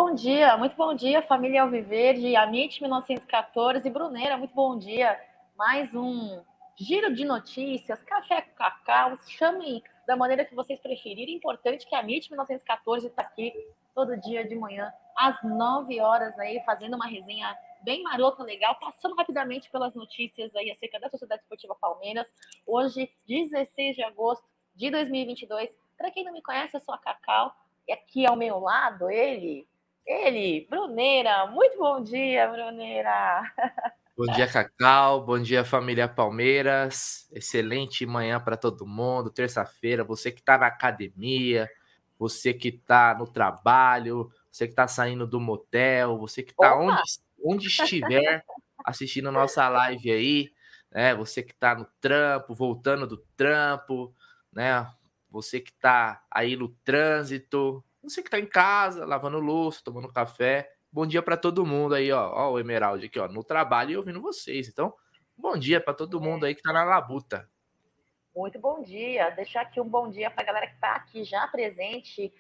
muito bom dia, família Alviverde, Amit 1914 e Bruneira, muito bom dia. Mais um giro de notícias, café com cacau, chamem da maneira que vocês preferirem. Importante que a Amit 1914 está aqui todo dia de manhã, às 9 horas, aí, fazendo uma resenha bem marota, legal, passando rapidamente pelas notícias aí acerca da Sociedade Esportiva Palmeiras. Hoje, 16 de agosto de 2022. Para quem não me conhece, eu sou a Cacau. E aqui ao meu lado, ele, Bruneira. Muito bom dia, Bruneira. Bom dia, Cacau. Bom dia, família Palmeiras. Excelente manhã para todo mundo. Terça-feira, você que está na academia, você que está no trabalho, você que está saindo do motel, você que está Opa! onde estiver assistindo nossa live aí, né? Você que está no trampo, voltando do trampo, né? Você que está aí no trânsito, você que está em casa, lavando louça, tomando café. Bom dia para todo mundo aí, ó. Ó o Emerald aqui, ó, no trabalho e ouvindo vocês. Então, bom dia para todo mundo aí que tá na labuta. Muito bom dia. Deixar aqui um bom dia para a galera que está aqui já presente.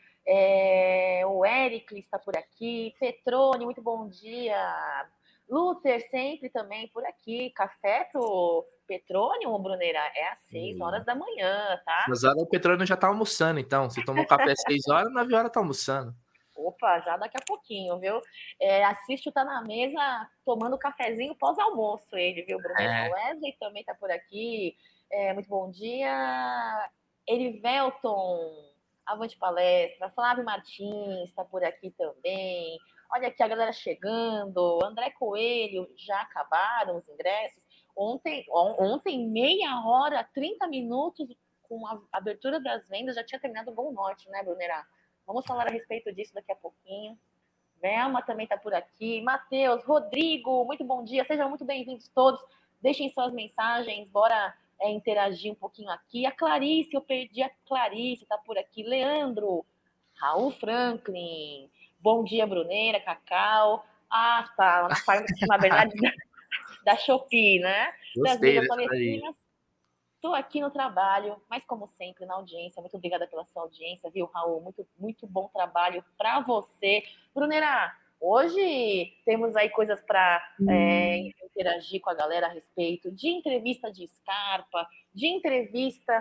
O Eric está por aqui. Petrone, muito bom dia. Luther sempre também por aqui. Café pro Petrone, ou Bruneira? É às 6 horas da manhã, tá? Mas hora o Petrônio já tá almoçando, então. Se tomou café às 6 horas, 9 horas tá almoçando. Opa, já daqui a pouquinho, viu? Assiste o Tá na Mesa tomando cafezinho pós-almoço, ele, viu, Bruneira? É. O Wesley também tá por aqui. Muito bom dia. Erivelton, avante palestra. Flávio Martins está por aqui também. Olha aqui a galera chegando. André Coelho, já acabaram os ingressos. Ontem meia hora, 30 minutos, com a abertura das vendas, já tinha terminado o Gol Norte, né, Brunerá? Vamos falar a respeito disso daqui a pouquinho. Velma também está por aqui. Matheus, Rodrigo, muito bom dia. Sejam muito bem-vindos todos. Deixem suas mensagens, bora interagir um pouquinho aqui. A Clarice, eu perdi a Clarice, está por aqui. Leandro, Raul Franklin. Bom dia, Bruneira, Cacau. Ah, tá, na verdade, da Shopee, né? Das Gostei mesas dessa daí. palestinas. Estou aqui no trabalho, mas como sempre, na audiência. Muito obrigada pela sua audiência, viu, Raul? Muito, muito bom trabalho para você. Brunerá, hoje temos aí coisas para interagir com a galera a respeito de entrevista de Scarpa, de entrevista.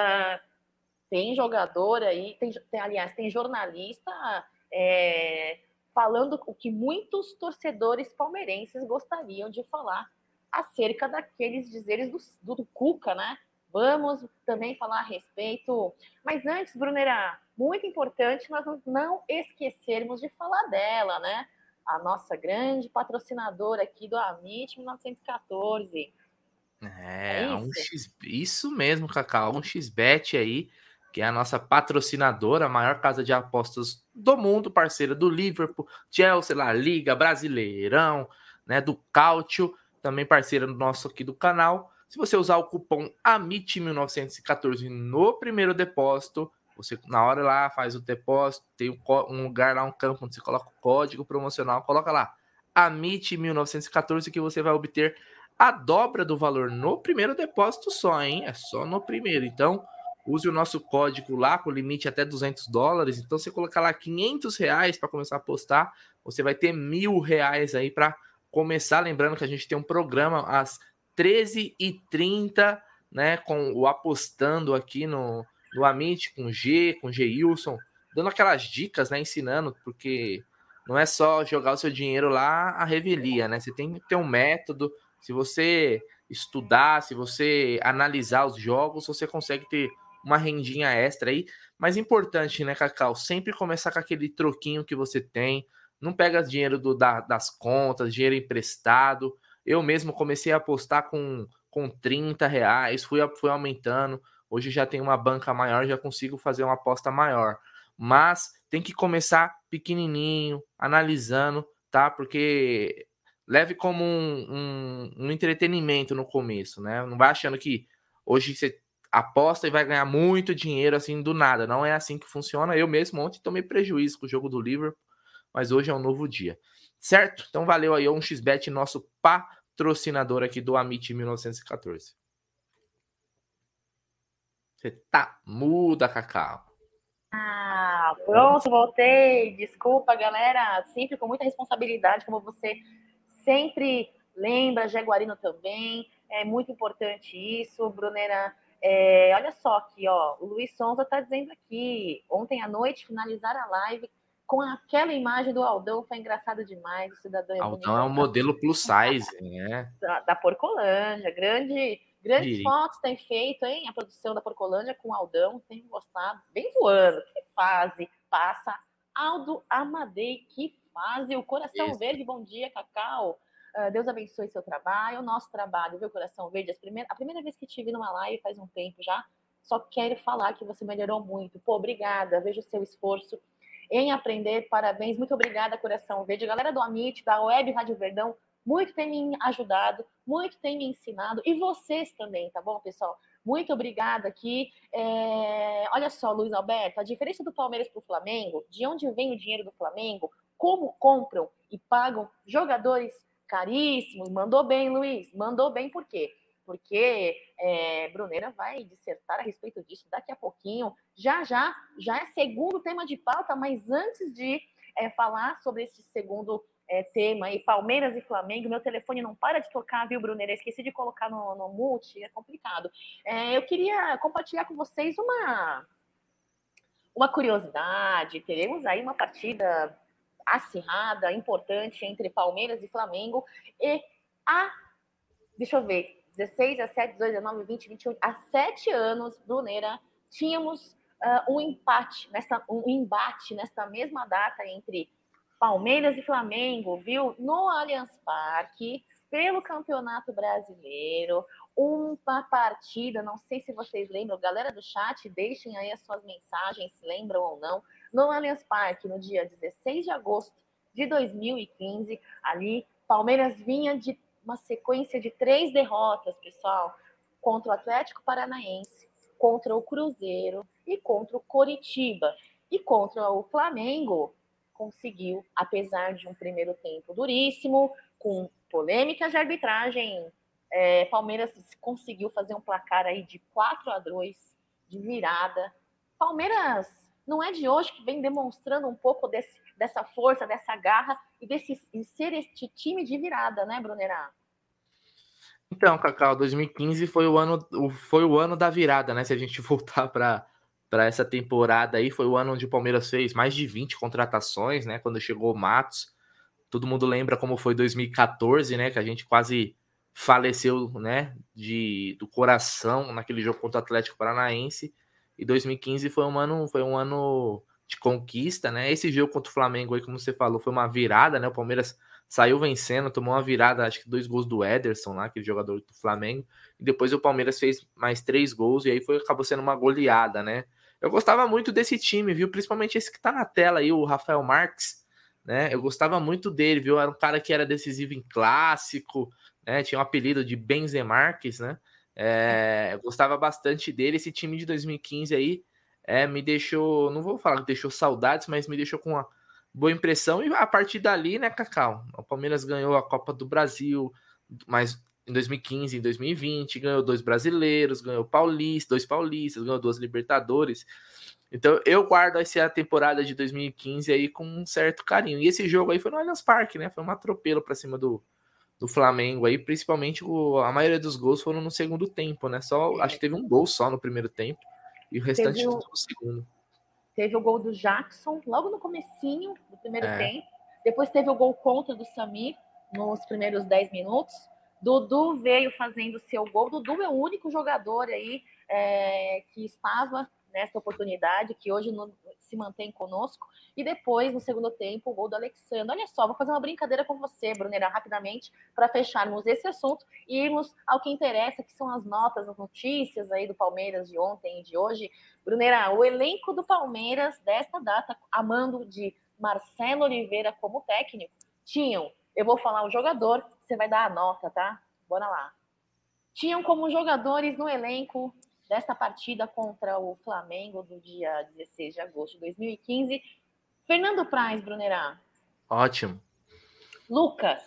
Tem jogador aí, aliás, tem jornalista falando o que muitos torcedores palmeirenses gostariam de falar acerca daqueles dizeres do Cuca, né? Vamos também falar a respeito. Mas antes, Brunerá, muito importante nós não esquecermos de falar dela, né? A nossa grande patrocinadora aqui do Amit 1914. É A isso? 1x, isso mesmo, Cacau. A 1xBet aí, que é a nossa patrocinadora, a maior casa de apostas do mundo, parceira do Liverpool, Chelsea, La Liga, Brasileirão, né, do Cautio, também parceira do nosso aqui do canal. Se você usar o cupom AMIT1914 no primeiro depósito, você na hora lá faz o depósito, tem um lugar lá, um campo onde você coloca o código promocional, coloca lá AMIT1914 que você vai obter a dobra do valor no primeiro depósito só, hein? É só no primeiro. Então, use o nosso código lá com limite até $200. Então, você colocar lá R$ 500 para começar a apostar, você vai ter R$ 1.000 aí para começar. Lembrando que a gente tem um programa às 13h30, né? Com o Apostando aqui no Amit, com com Geilson, dando aquelas dicas, né? Ensinando, porque não é só jogar o seu dinheiro lá a revelia, né? Você tem que ter um método. Se você estudar, se você analisar os jogos, você consegue ter uma rendinha extra aí. Mas importante, né, Cacau? Sempre começar com aquele troquinho que você tem. Não pega dinheiro das contas, dinheiro emprestado. Eu mesmo comecei a apostar com R$ 30, fui aumentando. Hoje já tenho uma banca maior, já consigo fazer uma aposta maior. Mas tem que começar pequenininho, analisando, tá? Porque leve como um entretenimento no começo, né? Não vai achando que hoje você aposta e vai ganhar muito dinheiro assim do nada. Não é assim que funciona. Eu mesmo ontem tomei prejuízo com o jogo do Liverpool, mas hoje é um novo dia. Certo? Então valeu aí, 1xBet, nosso patrocinador aqui do Amit 1914. Você tá muda, Cacau. Pronto, voltei. Desculpa, galera. Sempre com muita responsabilidade, como você sempre lembra, Jaguarino também. É muito importante isso, Brunera. Olha só aqui, ó. O Luiz Sonza está dizendo aqui. Ontem à noite, finalizar a live com aquela imagem do Aldão. Foi engraçado demais. O cidadão é bonito. Aldão é um modelo plus size, né? Da Porcolândia. Grandes Diria. fotos tem feito, hein? A produção da Porcolândia com o Aldão. Tem gostado. Bem voando. Que fase. Passa. Aldo Amadei, que fase. O Coração Isso. Verde, bom dia, Cacau. Deus abençoe seu trabalho, o nosso trabalho, viu, Coração Verde? A primeira vez que te vi numa live faz um tempo já, só quero falar que você melhorou muito. Pô, obrigada, vejo o seu esforço em aprender, parabéns, muito obrigada, Coração Verde. Galera do Amit, da Web Rádio Verdão, muito tem me ajudado, muito tem me ensinado, e vocês também, tá bom, pessoal? Muito obrigada aqui. Olha só, Luiz Alberto, a diferença do Palmeiras para o Flamengo, de onde vem o dinheiro do Flamengo, como compram e pagam jogadores caríssimos. Mandou bem, Luiz. Mandou bem por quê? Porque Brunera vai dissertar a respeito disso daqui a pouquinho. Já é segundo tema de pauta, mas antes de falar sobre esse segundo tema aí, Palmeiras e Flamengo, meu telefone não para de tocar, viu, Brunera? Esqueci de colocar no mute, é complicado. Eu queria compartilhar com vocês uma curiosidade. Teremos aí uma partida acirrada, importante entre Palmeiras e Flamengo. E deixa eu ver, 16, 17, 18, 19, 20, 21, há 7 anos, Brunera, tínhamos um embate nesta mesma data entre Palmeiras e Flamengo, viu? No Allianz Parque, pelo Campeonato Brasileiro, uma partida, não sei se vocês lembram, galera do chat, deixem aí as suas mensagens, se lembram ou não, no Allianz Parque, no dia 16 de agosto de 2015, ali, Palmeiras vinha de uma sequência de 3 derrotas, pessoal, contra o Atlético Paranaense, contra o Cruzeiro e contra o Coritiba. E contra o Flamengo, conseguiu, apesar de um primeiro tempo duríssimo, com polêmicas de arbitragem, Palmeiras conseguiu fazer um placar aí de 4-2 de virada. Palmeiras não é de hoje que vem demonstrando um pouco dessa força, dessa garra e ser este time de virada, né, Brunera? Então, Cacau, 2015 foi o ano da virada, né? Se a gente voltar para essa temporada aí, foi o ano onde o Palmeiras fez mais de 20 contratações, né? Quando chegou o Matos. Todo mundo lembra como foi 2014, né? Que a gente quase faleceu, né? Do coração naquele jogo contra o Atlético Paranaense. E 2015 foi um ano de conquista, né? Esse jogo contra o Flamengo aí, como você falou, foi uma virada, né? O Palmeiras saiu vencendo, tomou uma virada, acho que 2 gols do Ederson lá, aquele jogador do Flamengo. E depois o Palmeiras fez mais 3 gols e aí acabou sendo uma goleada, né? Eu gostava muito desse time, viu? Principalmente esse que tá na tela aí, o Rafael Marques, né? Eu gostava muito dele, viu? Era um cara que era decisivo em clássico, né? Tinha o apelido de Benzemarques, né? Eu gostava bastante dele. Esse time de 2015 aí me deixou, não vou falar que deixou saudades, mas me deixou com uma boa impressão. E a partir dali, né, Cacau? O Palmeiras ganhou a Copa do Brasil, mas em 2015, em 2020, ganhou 2 brasileiros, ganhou Paulista, 2 paulistas, ganhou 2 Libertadores. Então eu guardo essa temporada de 2015 aí com um certo carinho. E esse jogo aí foi no Allianz Parque, né? Foi um atropelo para cima do Flamengo aí, principalmente a maioria dos gols foram no segundo tempo, né? Acho que teve um gol só no primeiro tempo e o restante tudo no segundo. Teve o gol do Jackson logo no comecinho do primeiro É. tempo. Depois teve o gol contra do Samir nos primeiros 10 minutos. Dudu veio fazendo seu gol. Dudu é o único jogador aí que estava nessa oportunidade, que hoje se mantém conosco. E depois, no segundo tempo, o gol do Alexandre. Olha só, vou fazer uma brincadeira com você, Brunera, rapidamente, para fecharmos esse assunto e irmos ao que interessa, que são as notas, as notícias aí do Palmeiras de ontem e de hoje. Brunera, o elenco do Palmeiras desta data, a mando de Marcelo Oliveira como técnico, tinham, eu vou falar o jogador, você vai dar a nota, tá? Bora lá. Tinham como jogadores no elenco desta partida contra o Flamengo do dia 16 de agosto de 2015, Fernando Praz, Brunera. Ótimo. Lucas.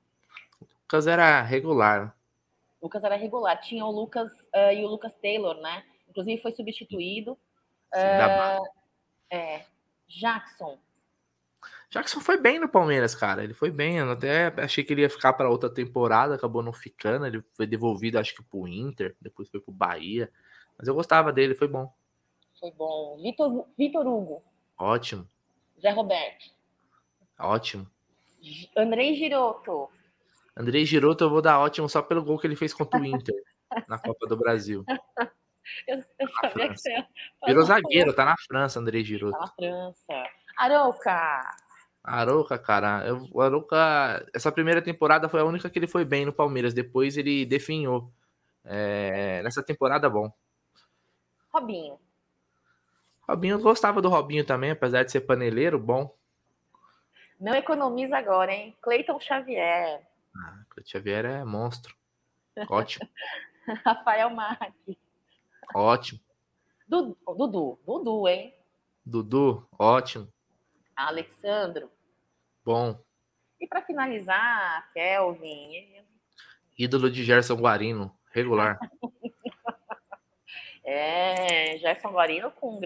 Lucas era regular. Lucas era regular. Tinha o Lucas e o Lucas Taylor, né? Inclusive foi substituído. Sim, da base. Jackson. Jackson foi bem no Palmeiras, cara. Ele foi bem. Eu até achei que ele ia ficar para outra temporada, acabou não ficando. Ele foi devolvido, acho que pro Inter, depois foi pro Bahia. Mas eu gostava dele, foi bom. Foi bom. Vitor Hugo. Ótimo, Zé Roberto. ótimo. Andrei Giroto. Andrei Giroto, eu vou dar ótimo só pelo gol que ele fez contra o Inter na Copa do Brasil, Eu na sabia que França. você ia Virou falar zagueiro, tá na França, Andrei tá na Giroto. França. Arouca. Arouca, cara, o Arouca, essa primeira temporada foi a única que ele foi bem no Palmeiras, depois ele definhou. Nessa temporada, bom. Robinho. Robinho, eu gostava do Robinho também, apesar de ser paneleiro, bom. Não economiza agora, hein? Cleiton Xavier. Ah, o Xavier é monstro. Ótimo, Rafael Marques. ótimo. Dudu, hein? Dudu, ótimo, Alexandro. bom. E para finalizar, Kelvin. Ídolo de Gerson Guarino, regular. Gerson Guarino com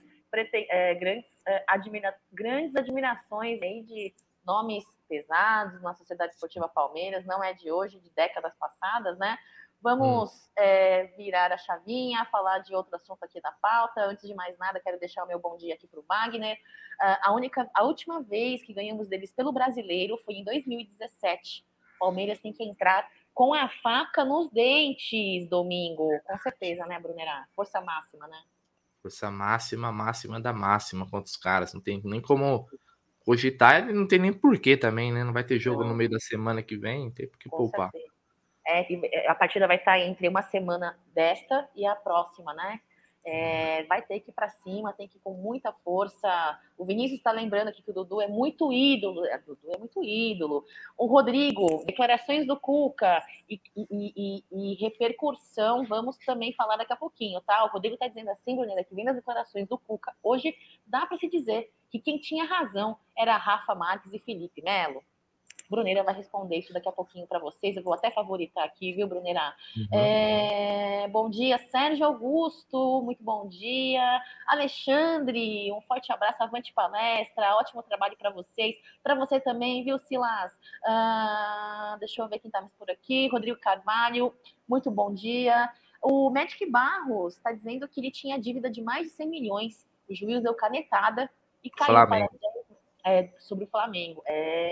grandes admirações aí de nomes pesados na Sociedade Esportiva Palmeiras, não é de hoje, de décadas passadas, né? Vamos virar a chavinha, falar de outro assunto aqui da pauta. Antes de mais nada, quero deixar o meu bom dia aqui para o Wagner. A última vez que ganhamos deles pelo Brasileiro foi em 2017. Palmeiras tem que entrar com a faca nos dentes, domingo. Com certeza, né, Brunerá? Força máxima, né? Força máxima, máxima da máxima contra os caras. Não tem nem como cogitar, e não tem nem porquê também, né? Não vai ter jogo no Não, meio da semana que vem, tem por que com poupar. certeza. A partida vai estar entre uma semana desta e a próxima, né? Vai ter que ir para cima, tem que ir com muita força. O Vinícius está lembrando aqui que o Dudu é muito ídolo. Dudu é muito ídolo. O Rodrigo, declarações do Cuca e repercussão, vamos também falar daqui a pouquinho, tá? O Rodrigo está dizendo assim, Brunera, que vem das declarações do Cuca. Hoje dá para se dizer que quem tinha razão era Rafa Marques e Felipe Melo. Bruneira vai responder isso daqui a pouquinho para vocês. Eu vou até favoritar aqui, viu, Bruneira? Uhum. Bom dia, Sérgio Augusto. Muito bom dia. Alexandre, um forte abraço, avante palestra. Ótimo trabalho para vocês. Para você também, viu, Silas? Deixa eu ver quem está mais por aqui. Rodrigo Carvalho, muito bom dia. O Magic Barros está dizendo que ele tinha dívida de mais de 100 milhões. O juiz deu canetada e caiu para Flamengo. sobre o Flamengo.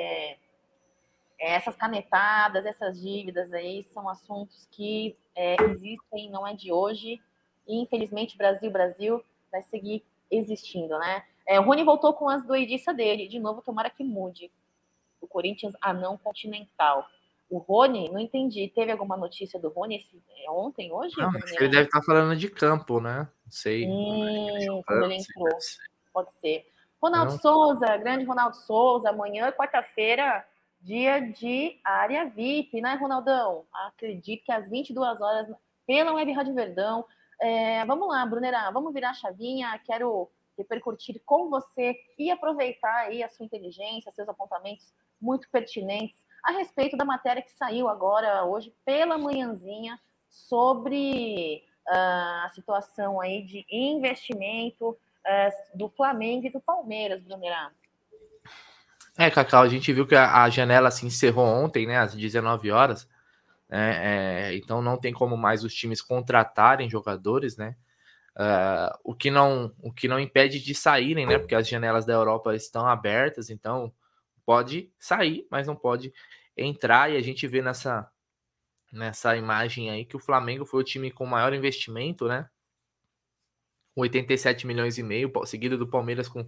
Essas canetadas, essas dívidas aí são assuntos que existem, não é de hoje, e infelizmente Brasil vai seguir existindo, né? O Rony voltou com as doidiças dele, de novo, tomara que mude. O Corinthians anão continental. O Rony, não entendi, teve alguma notícia do Rony ontem, hoje? Não, acho que ele deve estar falando de campo, né? Não sei. Quando ele entrou, pode ser. Ronaldo Não. Souza, grande Ronaldo Souza, amanhã, quarta-feira, dia de área VIP, né, Ronaldão? Acredito que às 22 horas, pela Web Rádio Verdão. Vamos lá, Brunera, vamos virar a chavinha. Quero repercutir com você e aproveitar aí a sua inteligência, seus apontamentos muito pertinentes a respeito da matéria que saiu agora, hoje, pela manhãzinha, sobre a situação aí de investimento do Flamengo e do Palmeiras, Brunera. Cacau, a gente viu que a janela se encerrou ontem, né, às 19 horas. Então não tem como mais os times contratarem jogadores, né? O que não impede de saírem, né? Porque as janelas da Europa estão abertas, então pode sair, mas não pode entrar. E a gente vê nessa imagem aí que o Flamengo foi o time com maior investimento, né? Com 87 milhões e meio, seguido do Palmeiras com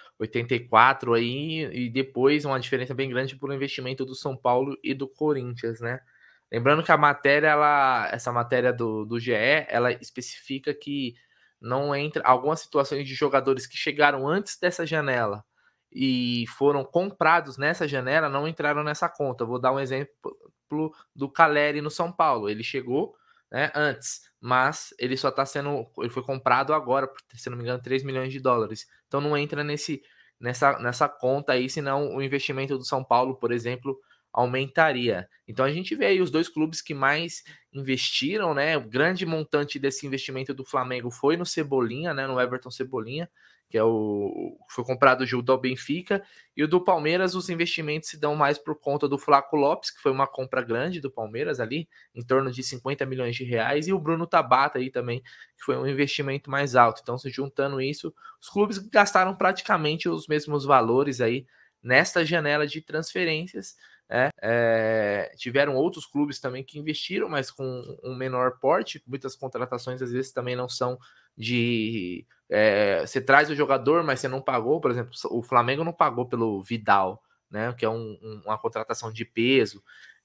84 aí, e depois uma diferença bem grande por investimento do São Paulo e do Corinthians, né? Lembrando que a matéria, essa matéria do GE, ela especifica que não entra algumas situações de jogadores que chegaram antes dessa janela e foram comprados nessa janela, não entraram nessa conta. Vou dar um exemplo do Caleri no São Paulo. Ele chegou, né, antes, mas ele só tá ele foi comprado agora por, se não me engano, 3 milhões de dólares. Então não entra nessa conta aí, senão o investimento do São Paulo, por exemplo, aumentaria. Então a gente vê aí os dois clubes que mais investiram, né? O grande montante desse investimento do Flamengo foi no Cebolinha, né? No Everton Cebolinha, que é foi comprado junto ao Benfica, e o do Palmeiras, os investimentos se dão mais por conta do Flaco Lopes, que foi uma compra grande do Palmeiras ali, em torno de 50 milhões de reais, e o Bruno Tabata aí também, que foi um investimento mais alto. Então, se juntando isso, os clubes gastaram praticamente os mesmos valores aí nesta janela de transferências. Tiveram outros clubes também que investiram, mas com um menor porte. Muitas contratações às vezes também não são de você traz o jogador, mas você não pagou. Por exemplo, o Flamengo não pagou pelo Vidal, né? Que é uma contratação de peso.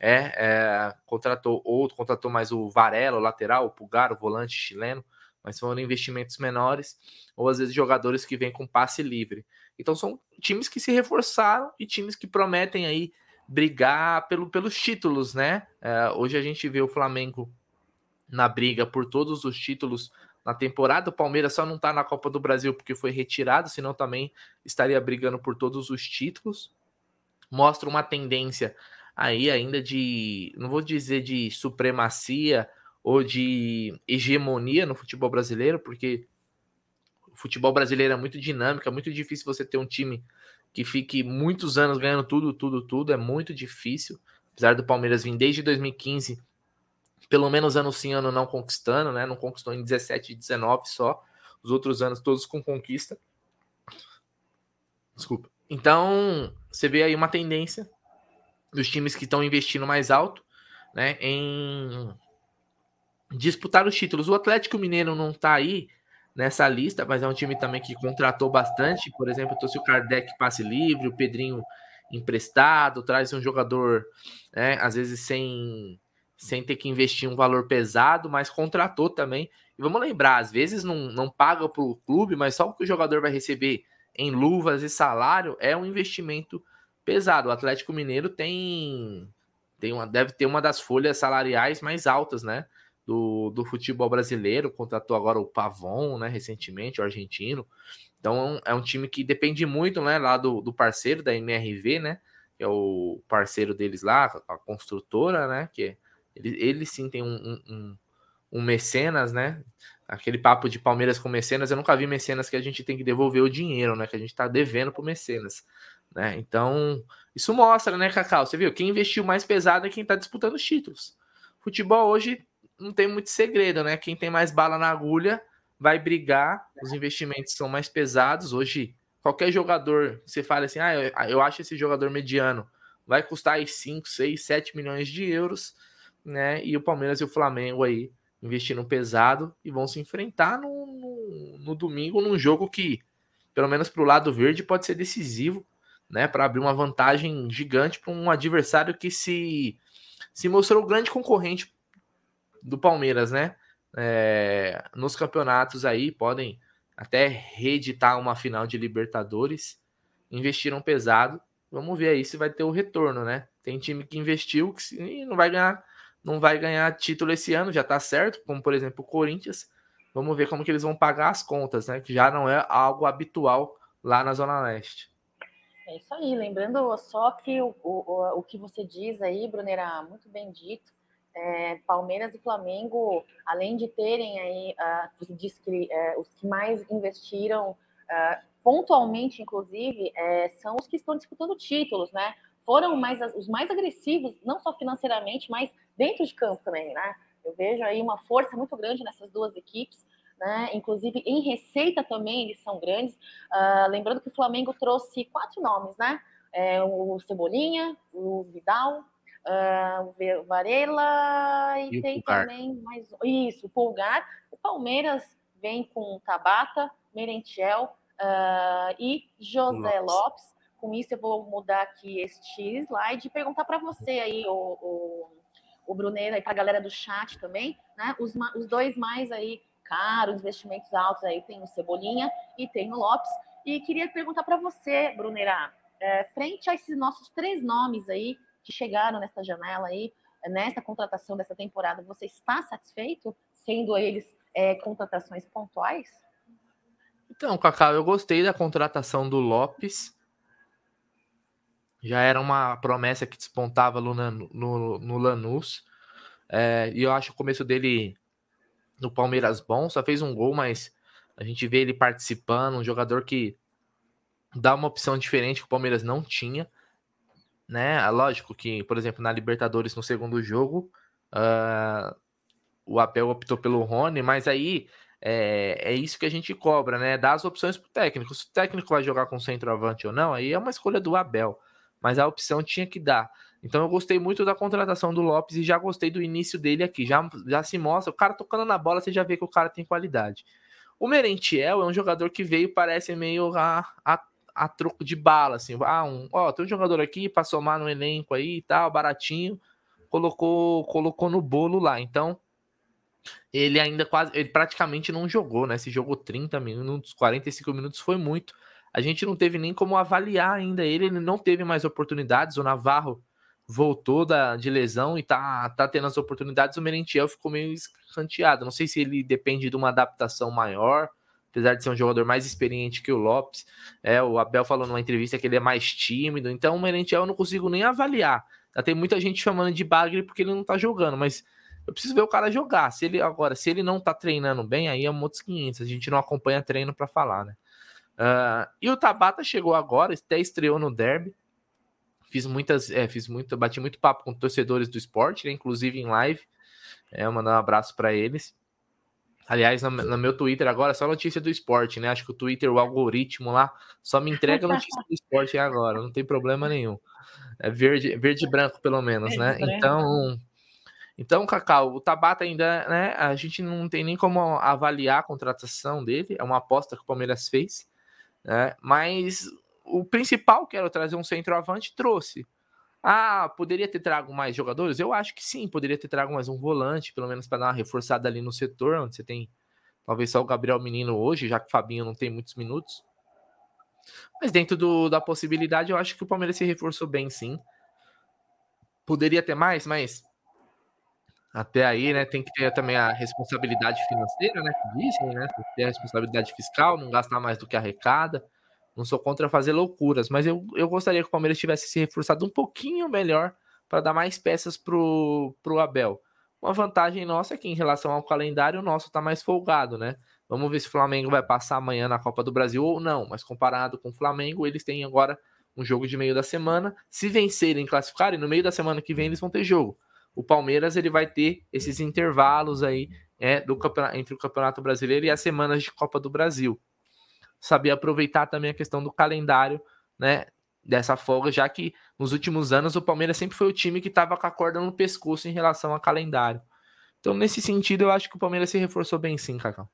Contratou mais o Varela, o lateral, o Pulgar, o volante chileno, mas foram investimentos menores, ou às vezes jogadores que vêm com passe livre. Então são times que se reforçaram e times que prometem aí brigar pelos títulos, né? Hoje a gente vê o Flamengo na briga por todos os títulos na temporada. O Palmeiras só não tá na Copa do Brasil porque foi retirado, senão também estaria brigando por todos os títulos. Mostra uma tendência aí ainda de, não vou dizer de supremacia ou de hegemonia no futebol brasileiro, porque o futebol brasileiro é muito dinâmico, é muito difícil você ter um time que fique muitos anos ganhando tudo, é muito difícil. Apesar do Palmeiras vir desde 2015, pelo menos ano sim, ano não conquistando, né? Não conquistou em 17 e 19 só. Os outros anos todos com conquista. Desculpa. Então, você vê aí uma tendência dos times que estão investindo mais alto, né, em disputar os títulos. O Atlético Mineiro não está aí nessa lista, mas é um time também que contratou bastante. Por exemplo, trouxe o Kardec passe livre, o Pedrinho emprestado, traz um jogador, né, às vezes sem ter que investir um valor pesado, mas contratou também. E vamos lembrar, às vezes não paga para o clube, mas só o que o jogador vai receber em luvas e salário é um investimento pesado. O Atlético Mineiro deve ter uma das folhas salariais mais altas, né? Do futebol brasileiro, contratou agora o Pavon, né, recentemente, o argentino. Então é um time que depende muito, né, lá do parceiro da MRV, né, que é o parceiro deles lá, a construtora, né, que ele sim tem um mecenas, né, aquele papo de Palmeiras com mecenas, eu nunca vi mecenas que a gente tem que devolver o dinheiro, né, que a gente tá devendo pro mecenas, né, então isso mostra, né, Cacau, você viu, quem investiu mais pesado é quem tá disputando os títulos. Futebol hoje não tem muito segredo, né? Quem tem mais bala na agulha vai brigar, os investimentos são mais pesados. Hoje, qualquer jogador, você fala assim, eu acho esse jogador mediano, vai custar aí 5, 6, 7 milhões de euros, né? E o Palmeiras e o Flamengo aí investindo pesado e vão se enfrentar no domingo num jogo que, pelo menos pro lado verde, pode ser decisivo, né? Para abrir uma vantagem gigante para um adversário que se mostrou grande concorrente do Palmeiras, né? Nos campeonatos aí podem até reeditar uma final de Libertadores. Investiram pesado. Vamos ver aí se vai ter o retorno, né? Tem time que investiu e não vai ganhar título esse ano, já tá certo, como por exemplo o Corinthians. Vamos ver como que eles vão pagar as contas, né? Que já não é algo habitual lá na Zona Leste. É isso aí, lembrando só que o que você diz aí, Brunera, muito bem dito. Palmeiras e Flamengo, além de terem aí, você disse que os que mais investiram, pontualmente, inclusive, são os que estão disputando títulos, né? Foram os mais agressivos, não só financeiramente, mas dentro de campo também, né? Eu vejo aí uma força muito grande nessas duas equipes, né? Inclusive em receita também eles são grandes. Lembrando que o Flamengo trouxe 4 nomes, né? O Cebolinha, o Vidal, o Varela e tem também mais isso, o Pulgar. O Palmeiras vem com Tabata, Merentiel e José Lopes. Com isso eu vou mudar aqui este slide e perguntar para você aí, o Bruneiro, e para a galera do chat também, né? Os dois mais aí caros, investimentos altos aí tem o Cebolinha e tem o Lopes. E queria perguntar para você, Bruneira, frente a esses nossos 3 nomes aí que chegaram nessa janela aí, nessa contratação dessa temporada, você está satisfeito, sendo eles contratações pontuais? Então, Cacau, eu gostei da contratação do Lopes. Já era uma promessa que despontava no Lanús. E eu acho o começo dele no Palmeiras bom, só fez um gol, mas a gente vê ele participando, um jogador que dá uma opção diferente que o Palmeiras não tinha, né? Lógico que, por exemplo, na Libertadores no segundo jogo, uh, o Abel optou pelo Rony, mas aí é isso que a gente cobra, né? Dar as opções pro técnico. Se o técnico vai jogar com centroavante ou não, aí é uma escolha do Abel. Mas a opção tinha que dar. Então eu gostei muito da contratação do Lopes e já gostei do início dele aqui. Já se mostra, o cara tocando na bola, você já vê que o cara tem qualidade. O Merentiel é um jogador que veio, parece meio a troco de bala, assim. Tem um jogador aqui para somar no elenco aí e tal, baratinho, colocou no bolo lá. Então, ele praticamente não jogou, né? Se jogou 30 minutos, 45 minutos foi muito. A gente não teve nem como avaliar ainda ele não teve mais oportunidades. O Navarro voltou de lesão e tá tendo as oportunidades. O Merentiel ficou meio escanteado. Não sei se ele depende de uma adaptação maior, apesar de ser um jogador mais experiente que o Lopes. O Abel falou numa entrevista que ele é mais tímido, então o Merentiel eu não consigo nem avaliar. Já tem muita gente chamando de bagre porque ele não tá jogando, mas eu preciso ver o cara jogar. Se ele não tá treinando bem, aí é um outros 500. A gente não acompanha treino para falar, né? E o Tabata chegou agora, até estreou no Derby. Bati muito papo com torcedores do esporte, né? Inclusive em live. Mandar um abraço para eles. Aliás, no meu Twitter agora é só notícia do esporte, né? Acho que o Twitter, o algoritmo lá, só me entrega notícia do esporte agora, não tem problema nenhum. É verde e branco, pelo menos, Verde né? branco. Então, Cacau, o Tabata ainda, né? A gente não tem nem como avaliar a contratação dele, é uma aposta que o Palmeiras fez, né? Mas o principal, que era trazer um centroavante, trouxe. Poderia ter trago mais jogadores? Eu acho que sim, poderia ter trago mais um volante, pelo menos para dar uma reforçada ali no setor, onde você tem talvez só o Gabriel Menino hoje, já que o Fabinho não tem muitos minutos. Mas dentro da possibilidade, eu acho que o Palmeiras se reforçou bem, sim. Poderia ter mais, mas até aí, né, tem que ter também a responsabilidade financeira, né, que dizem, né, tem que ter a responsabilidade fiscal, não gastar mais do que arrecada. Não sou contra fazer loucuras, mas eu gostaria que o Palmeiras tivesse se reforçado um pouquinho melhor para dar mais peças pro Abel. Uma vantagem nossa é que em relação ao calendário, o nosso tá mais folgado, né? Vamos ver se o Flamengo vai passar amanhã na Copa do Brasil ou não, mas comparado com o Flamengo, eles têm agora um jogo de meio da semana. Se vencerem e classificarem, no meio da semana que vem eles vão ter jogo. O Palmeiras ele vai ter esses intervalos aí entre o Campeonato Brasileiro e as semanas de Copa do Brasil. Saber aproveitar também a questão do calendário, né? Dessa folga, já que nos últimos anos o Palmeiras sempre foi o time que estava com a corda no pescoço em relação ao calendário. Então, nesse sentido, eu acho que o Palmeiras se reforçou bem sim, Cacau.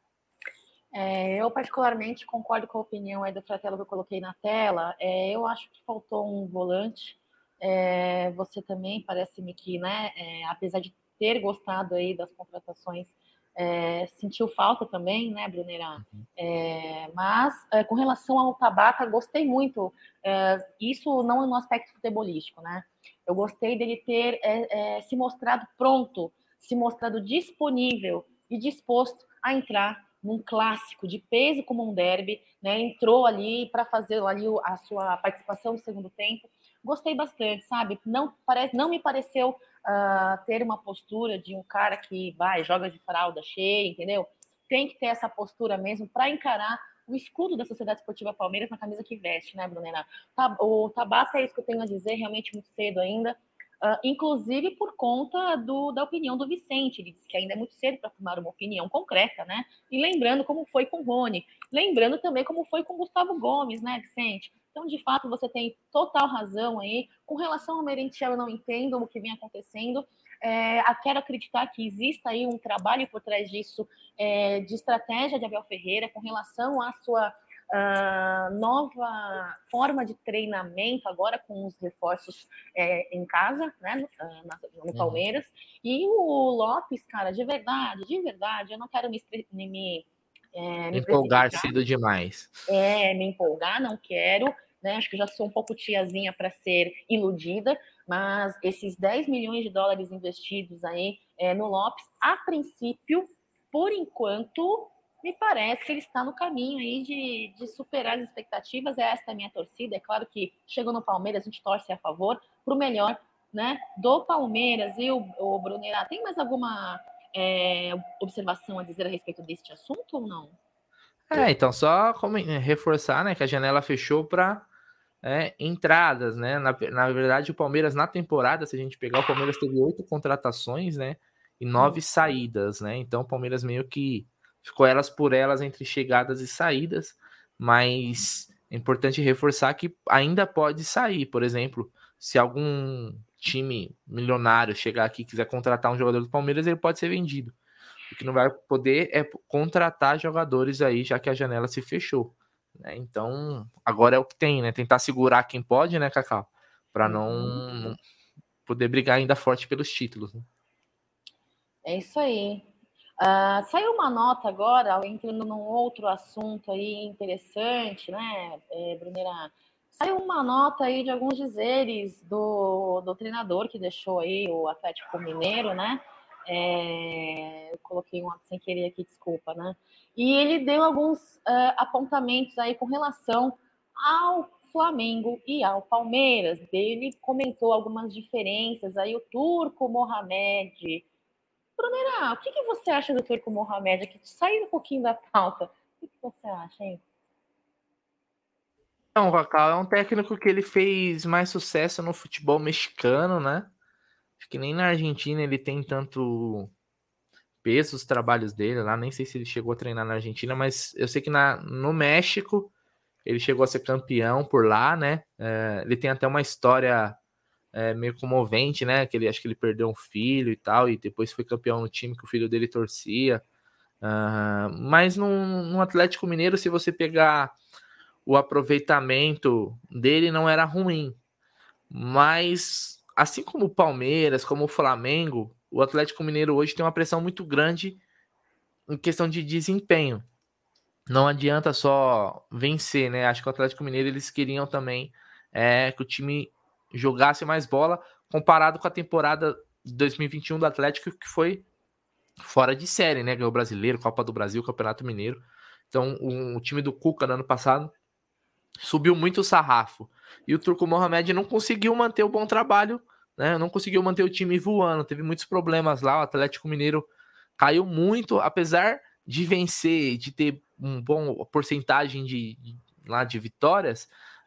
Eu particularmente concordo com a opinião aí do Fratelo que eu coloquei na tela. Eu acho que faltou um volante. Você também parece-me que, né, apesar de ter gostado aí das contratações, sentiu falta também, né, Brunera? Mas com relação ao Tabata, gostei muito. Isso não no aspecto futebolístico, né? Eu gostei dele ter se mostrado pronto, se mostrado disponível e disposto a entrar num clássico de peso como um derby, né? Entrou ali para fazer ali a sua participação no segundo tempo. Gostei bastante, sabe? Não me pareceu ter uma postura de um cara que joga de fralda cheia, entendeu? Tem que ter essa postura mesmo para encarar o escudo da Sociedade Esportiva Palmeiras na camisa que veste, né, Brunena? O Tabata é isso que eu tenho a dizer, realmente muito cedo ainda. Inclusive por conta da opinião do Vicente. Ele disse que ainda é muito cedo para formar uma opinião concreta, né? E lembrando como foi com o Rony, lembrando também como foi com o Gustavo Gomes, né, Vicente? Então, de fato, você tem total razão aí. Com relação ao Merentiel, eu não entendo o que vem acontecendo. Quero acreditar que exista aí um trabalho por trás disso, de estratégia de Abel Ferreira com relação à sua nova forma de treinamento agora com os reforços em casa, né, no Palmeiras. E o Lopes, cara, de verdade, eu não quero me Empolgar precipitar, cedo demais. me empolgar, não quero, né? Acho que já sou um pouco tiazinha para ser iludida, mas esses 10 milhões de dólares investidos aí no Lopes, a princípio, por enquanto, Me parece que ele está no caminho aí de superar as expectativas. Esta é a minha torcida. É claro que chegou no Palmeiras, a gente torce a favor para o melhor, né, do Palmeiras. E o Brunera, tem mais alguma observação a dizer a respeito deste assunto ou não? Então, só reforçar, né, que a janela fechou para entradas, né? Na verdade, o Palmeiras na temporada, se a gente pegar, o Palmeiras teve 8 contratações, né? E 9 saídas, né? Então o Palmeiras meio que ficou elas por elas entre chegadas e saídas, mas é importante reforçar que ainda pode sair. Por exemplo, se algum time milionário chegar aqui e quiser contratar um jogador do Palmeiras, ele pode ser vendido. O que não vai poder é contratar jogadores aí, já que a janela se fechou. Né? Então, agora é o que tem, né? Tentar segurar quem pode, né, Cacau? Para não poder brigar ainda forte pelos títulos. Né? É isso aí. Saiu uma nota agora, entrando num outro assunto aí interessante, né, Brunera? Saiu uma nota aí de alguns dizeres do treinador que deixou aí o Atlético Mineiro, né? Eu coloquei um sem querer aqui, desculpa, né? E ele deu alguns apontamentos aí com relação ao Flamengo e ao Palmeiras. Ele comentou algumas diferenças aí, o Turco Mohamed. Brunera, o que você acha do Turco Mohamed? Aqui, saindo um pouquinho da pauta, o que você acha, hein? Então, Cacau, é um técnico que ele fez mais sucesso no futebol mexicano, né? Acho que nem na Argentina ele tem tanto peso os trabalhos dele lá. Nem sei se ele chegou a treinar na Argentina, mas eu sei que no México ele chegou a ser campeão por lá, né? Ele tem até uma história meio comovente, né? Que ele acho que ele perdeu um filho e tal, e depois foi campeão no time que o filho dele torcia. Mas no Atlético Mineiro, se você pegar o aproveitamento dele, não era ruim. Mas assim como o Palmeiras, como o Flamengo, o Atlético Mineiro hoje tem uma pressão muito grande em questão de desempenho. Não adianta só vencer, né? Acho que o Atlético Mineiro eles queriam também que o time jogasse mais bola comparado com a temporada de 2021 do Atlético, que foi fora de série, né? Ganhou o Brasileiro, Copa do Brasil, Campeonato Mineiro. Então, o time do Cuca no ano passado subiu muito o sarrafo. E o Turco Mohamed não conseguiu manter o bom trabalho, né? Não conseguiu manter o time voando. Teve muitos problemas lá. O Atlético Mineiro caiu muito, apesar de vencer, de ter um bom porcentagem lá de vitórias.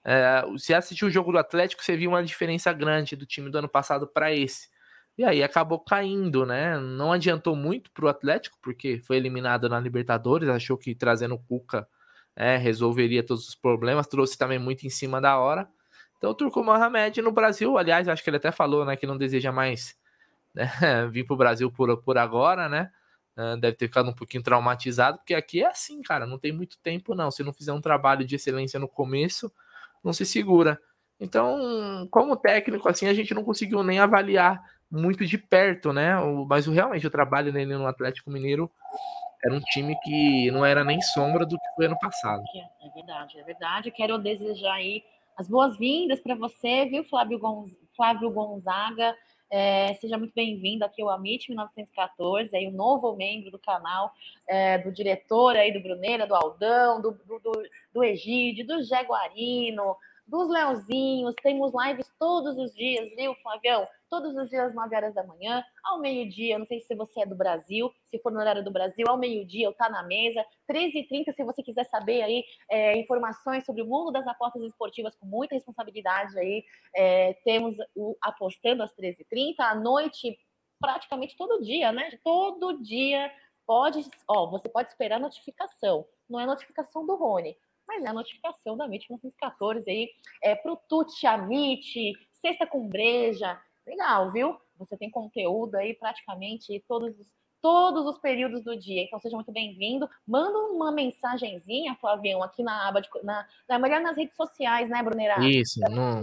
Se assistiu o jogo do Atlético, você viu uma diferença grande do time do ano passado para esse. E aí acabou caindo, né? Não adiantou muito pro Atlético, porque foi eliminado na Libertadores, achou que trazendo o Cuca resolveria todos os problemas, trouxe também muito em cima da hora. Então o Turco Mohamed no Brasil, aliás, acho que ele até falou, né, que não deseja mais, né, vir pro Brasil por agora, né? Deve ter ficado um pouquinho traumatizado, porque aqui é assim, cara, não tem muito tempo não. Se não fizer um trabalho de excelência no começo, não se segura. Então, como técnico, assim, a gente não conseguiu nem avaliar muito de perto, né? Mas realmente o trabalho dele no Atlético Mineiro era um time que não era nem sombra do que foi ano passado. É verdade, é verdade. Quero desejar aí as boas-vindas para você, viu, Flávio Gonzaga? Seja muito bem-vindo aqui ao Amit 1914, aí o novo membro do canal, do diretor aí do Bruneira, do Aldão, do Egídio, do Jaguarino, dos Leozinhos. Temos lives todos os dias, viu, Flavião? Todos os dias, 9 horas da manhã, ao meio-dia. Não sei se você é do Brasil, se for no horário do Brasil, ao meio-dia eu tá na mesa. 13h30, se você quiser saber aí informações sobre o mundo das apostas esportivas com muita responsabilidade aí. Temos o Apostando às 13h30, à noite, praticamente todo dia, né? Todo dia você pode esperar a notificação. Não é notificação do Rony, mas é a notificação da MIT 1914 aí, pro Tuti Amit, Sexta com Breja. Legal, viu? Você tem conteúdo aí praticamente todos os períodos do dia. Então, seja muito bem-vindo. Manda uma mensagenzinha, Flavião, aqui na aba, melhor nas redes sociais, né, Brunera? Isso,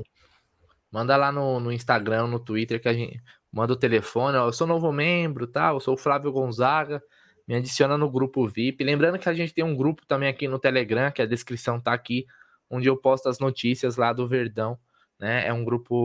manda lá no Instagram, no Twitter, que a gente manda o telefone. Ó, eu sou novo membro, tá? Eu sou o Flávio Gonzaga. Me adiciona no grupo VIP. Lembrando que a gente tem um grupo também aqui no Telegram, que a descrição tá aqui, onde eu posto as notícias lá do Verdão, né? É um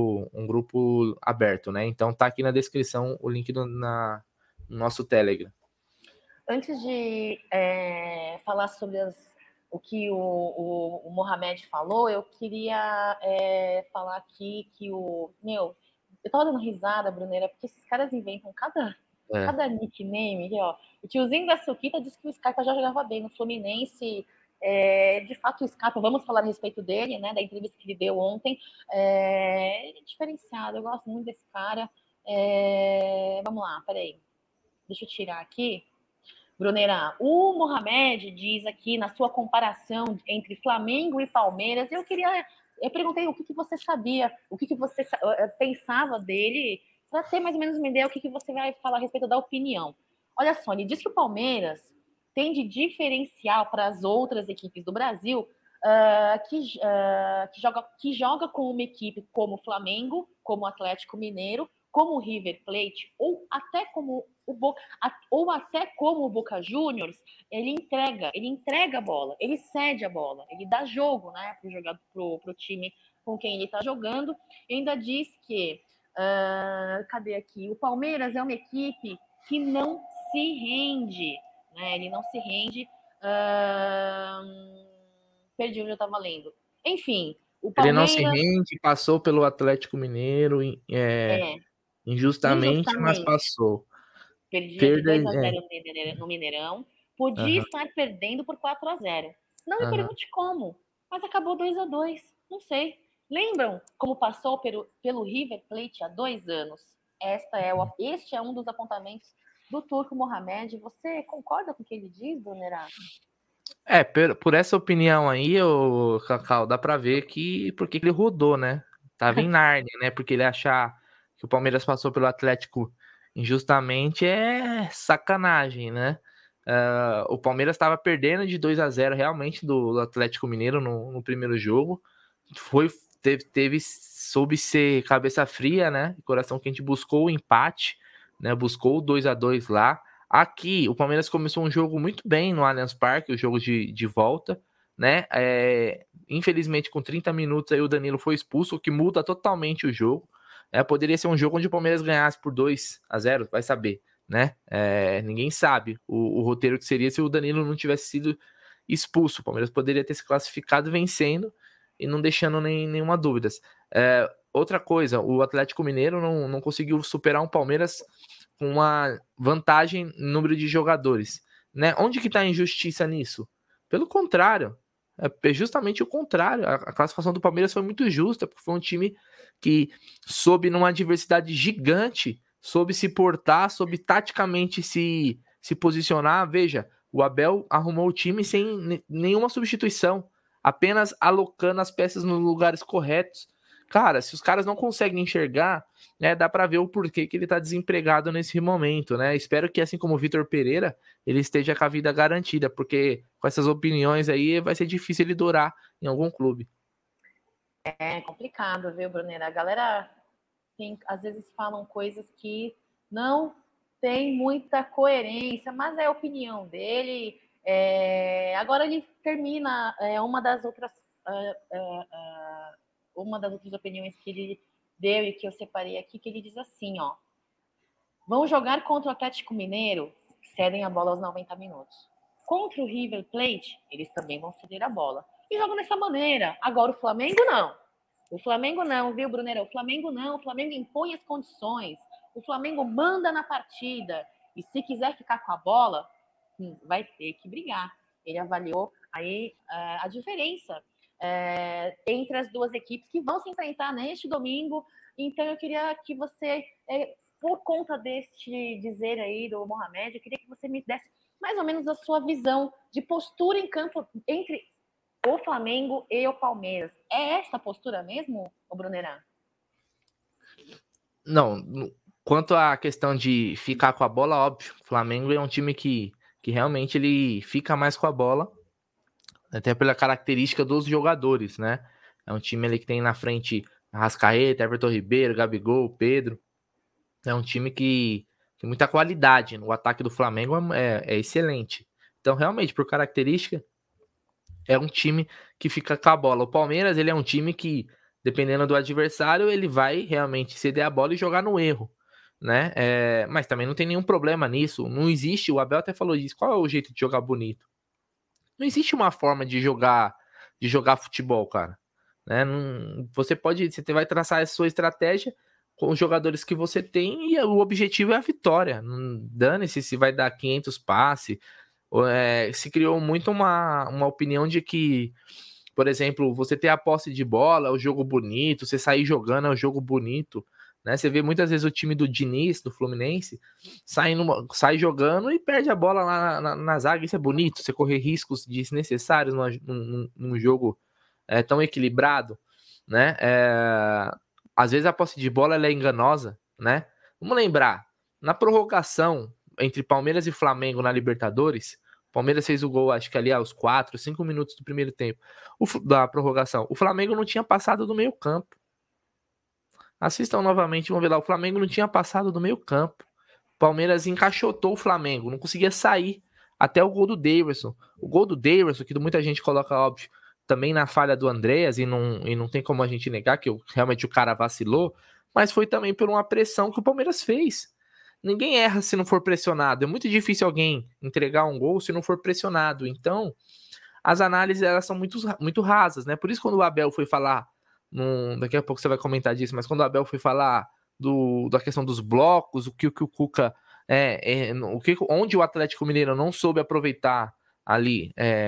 grupo aberto, né? Então tá aqui na descrição o link no nosso Telegram. Antes de falar sobre o que o Mohamed falou, eu queria falar aqui que eu tava dando risada, Brunera, porque esses caras inventam cada nickname. Ó. O tiozinho da Suquita disse que o Scarpa já jogava bem no Fluminense. De fato, o Scarpa, vamos falar a respeito dele, né, da entrevista que ele deu ontem. Ele é diferenciado, eu gosto muito desse cara. Vamos lá, peraí. Deixa eu tirar aqui. Brunera, o Mohamed diz aqui na sua comparação entre Flamengo e Palmeiras, eu perguntei o que você sabia, o que você pensava dele, para ter mais ou menos uma ideia o que você vai falar a respeito da opinião. Olha só, ele diz que o Palmeiras tem de diferencial para as outras equipes do Brasil que joga com uma equipe como o Flamengo, como o Atlético Mineiro, como o River Plate, ou até como o Boca Juniors, ele entrega a bola, ele cede a bola, ele dá jogo, né, pro time com quem ele está jogando. E ainda diz que cadê aqui? O Palmeiras é uma equipe que não se rende, né? Ele não se rende. Perdi onde eu estava lendo. Enfim, o Palmeiras... Ele não se rende, passou pelo Atlético Mineiro injustamente, mas passou. Perdia de 2-0 no Mineirão. Podia estar perdendo por 4-0. Não me pergunte como, mas acabou 2-2. Não sei. Lembram como passou pelo River Plate há 2 anos? Este é um dos apontamentos do Turco Mohamed. Você concorda com o que ele diz, Brunerá? Por essa opinião aí, o Cacau, dá pra ver porque ele rodou, né? Tava em Nárnia, né? Porque ele achar que o Palmeiras passou pelo Atlético injustamente é sacanagem, né? O Palmeiras estava perdendo de 2-0 realmente do Atlético Mineiro no primeiro jogo. Soube ser cabeça fria, né? Coração quente, buscou o empate, né? Buscou o 2-2 lá. Aqui, o Palmeiras começou um jogo muito bem no Allianz Parque, o jogo de volta, né? Infelizmente, com 30 minutos aí o Danilo foi expulso, o que muda totalmente o jogo. Poderia ser um jogo onde o Palmeiras ganhasse por 2-0, vai saber, né? Ninguém sabe o roteiro que seria se o Danilo não tivesse sido expulso. O Palmeiras poderia ter se classificado vencendo e não deixando nenhuma dúvida. Outra coisa, o Atlético Mineiro não conseguiu superar um Palmeiras com uma vantagem no número de jogadores, né? Onde que tá a injustiça nisso? Pelo contrário, é justamente o contrário. A classificação do Palmeiras foi muito justa, porque foi um time que soube numa adversidade gigante, soube se portar, soube taticamente se posicionar. Veja, o Abel arrumou o time sem nenhuma substituição, apenas alocando as peças nos lugares corretos. Cara, se os caras não conseguem enxergar, né, dá para ver o porquê que ele tá desempregado nesse momento, né? Espero que, assim como o Vitor Pereira, ele esteja com a vida garantida, porque com essas opiniões aí vai ser difícil ele durar em algum clube. É complicado, viu, Brunera? A galera às vezes falam coisas que não tem muita coerência, mas é a opinião dele. Agora ele termina uma das outras opiniões que ele deu e que eu separei aqui, que ele diz assim, ó: vão jogar contra o Atlético Mineiro, cedem a bola aos 90 minutos. Contra o River Plate, eles também vão ceder a bola. E jogam dessa maneira. Agora o Flamengo não. O Flamengo não, viu, Brunera? O Flamengo não. O Flamengo impõe as condições. O Flamengo manda na partida. E se quiser ficar com a bola, vai ter que brigar. Ele avaliou aí a diferença entre as duas equipes que vão se enfrentar neste domingo. Então eu queria que você, por conta deste dizer aí do Mohamed, eu queria que você me desse mais ou menos a sua visão de postura em campo entre o Flamengo e o Palmeiras. É essa postura mesmo, Brunerá? Não, quanto à questão de ficar com a bola, óbvio, o Flamengo é um time que realmente ele fica mais com a bola, até pela característica dos jogadores, né? É um time ali que tem na frente Arrascaeta, Everton Ribeiro, Gabigol, Pedro. É um time que tem muita qualidade. O ataque do Flamengo é excelente. Então, realmente, por característica, é um time que fica com a bola. O Palmeiras, ele é um time que, dependendo do adversário, ele vai realmente ceder a bola e jogar no erro. né? Mas também não tem nenhum problema nisso. Não existe, o Abel até falou isso. Qual é o jeito de jogar bonito? Não existe uma forma de jogar futebol, cara. Né? Você vai traçar a sua estratégia com os jogadores que você tem e o objetivo é a vitória. Não dane-se se vai dar 500 passes. Se criou muito uma opinião de que, por exemplo, você ter a posse de bola é o jogo bonito, você sair jogando é o jogo bonito. Né? Você vê muitas vezes o time do Diniz, do Fluminense, sai jogando e perde a bola lá na zaga. Isso é bonito, você correr riscos desnecessários num jogo tão equilibrado. Né? Às vezes a posse de bola ela é enganosa. Né? Vamos lembrar, na prorrogação entre Palmeiras e Flamengo na Libertadores, o Palmeiras fez o gol, acho que ali aos 4, 5 minutos do primeiro tempo da prorrogação. O Flamengo não tinha passado do meio campo. Assistam novamente, vão ver lá. O Flamengo não tinha passado do meio campo. O Palmeiras encaixotou o Flamengo, não conseguia sair. Até o gol do Daverson. O gol do Daverson, que muita gente coloca, óbvio, também na falha do Andreas, e não tem como a gente negar que realmente o cara vacilou, mas foi também por uma pressão que o Palmeiras fez. Ninguém erra se não for pressionado. É muito difícil alguém entregar um gol se não for pressionado. Então, as análises elas são muito rasas, né? Por isso, quando o Abel foi falar, daqui a pouco você vai comentar disso, mas quando o Abel foi falar da questão dos blocos, o que o Cuca onde o Atlético Mineiro não soube aproveitar ali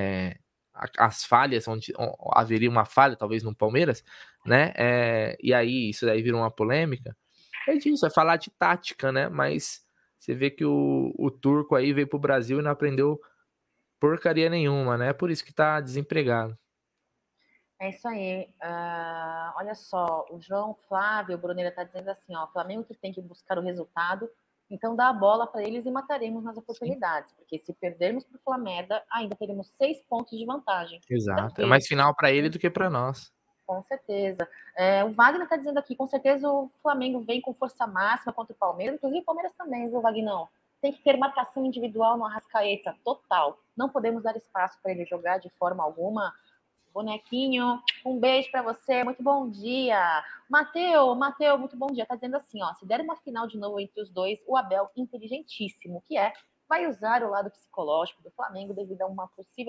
as falhas, onde haveria uma falha, talvez no Palmeiras, né? E aí isso daí virou uma polêmica. É disso, é falar de tática, né? Mas você vê que o turco aí veio pro Brasil e não aprendeu porcaria nenhuma, né? É por isso que tá desempregado. É isso aí. Olha só, o João Flávio Bruneira está dizendo assim, ó, o Flamengo que tem que buscar o resultado, então dá a bola para eles e mataremos nas oportunidades, porque se perdermos para o Flamengo, ainda teremos 6 pontos de vantagem. Exato. É Tranquilo. mais final para ele do que para nós. Com certeza. O Wagner está dizendo aqui, com certeza o Flamengo vem com força máxima contra o Palmeiras, inclusive o Palmeiras também, viu, Wagnão? Tem que ter marcação individual no Arrascaeta, total. Não podemos dar espaço para ele jogar de forma alguma. Bonequinho, um beijo para você, muito bom dia. Mateu, muito bom dia. Tá dizendo assim, ó, se der uma final de novo entre os dois, o Abel, inteligentíssimo, que vai usar o lado psicológico do Flamengo devido a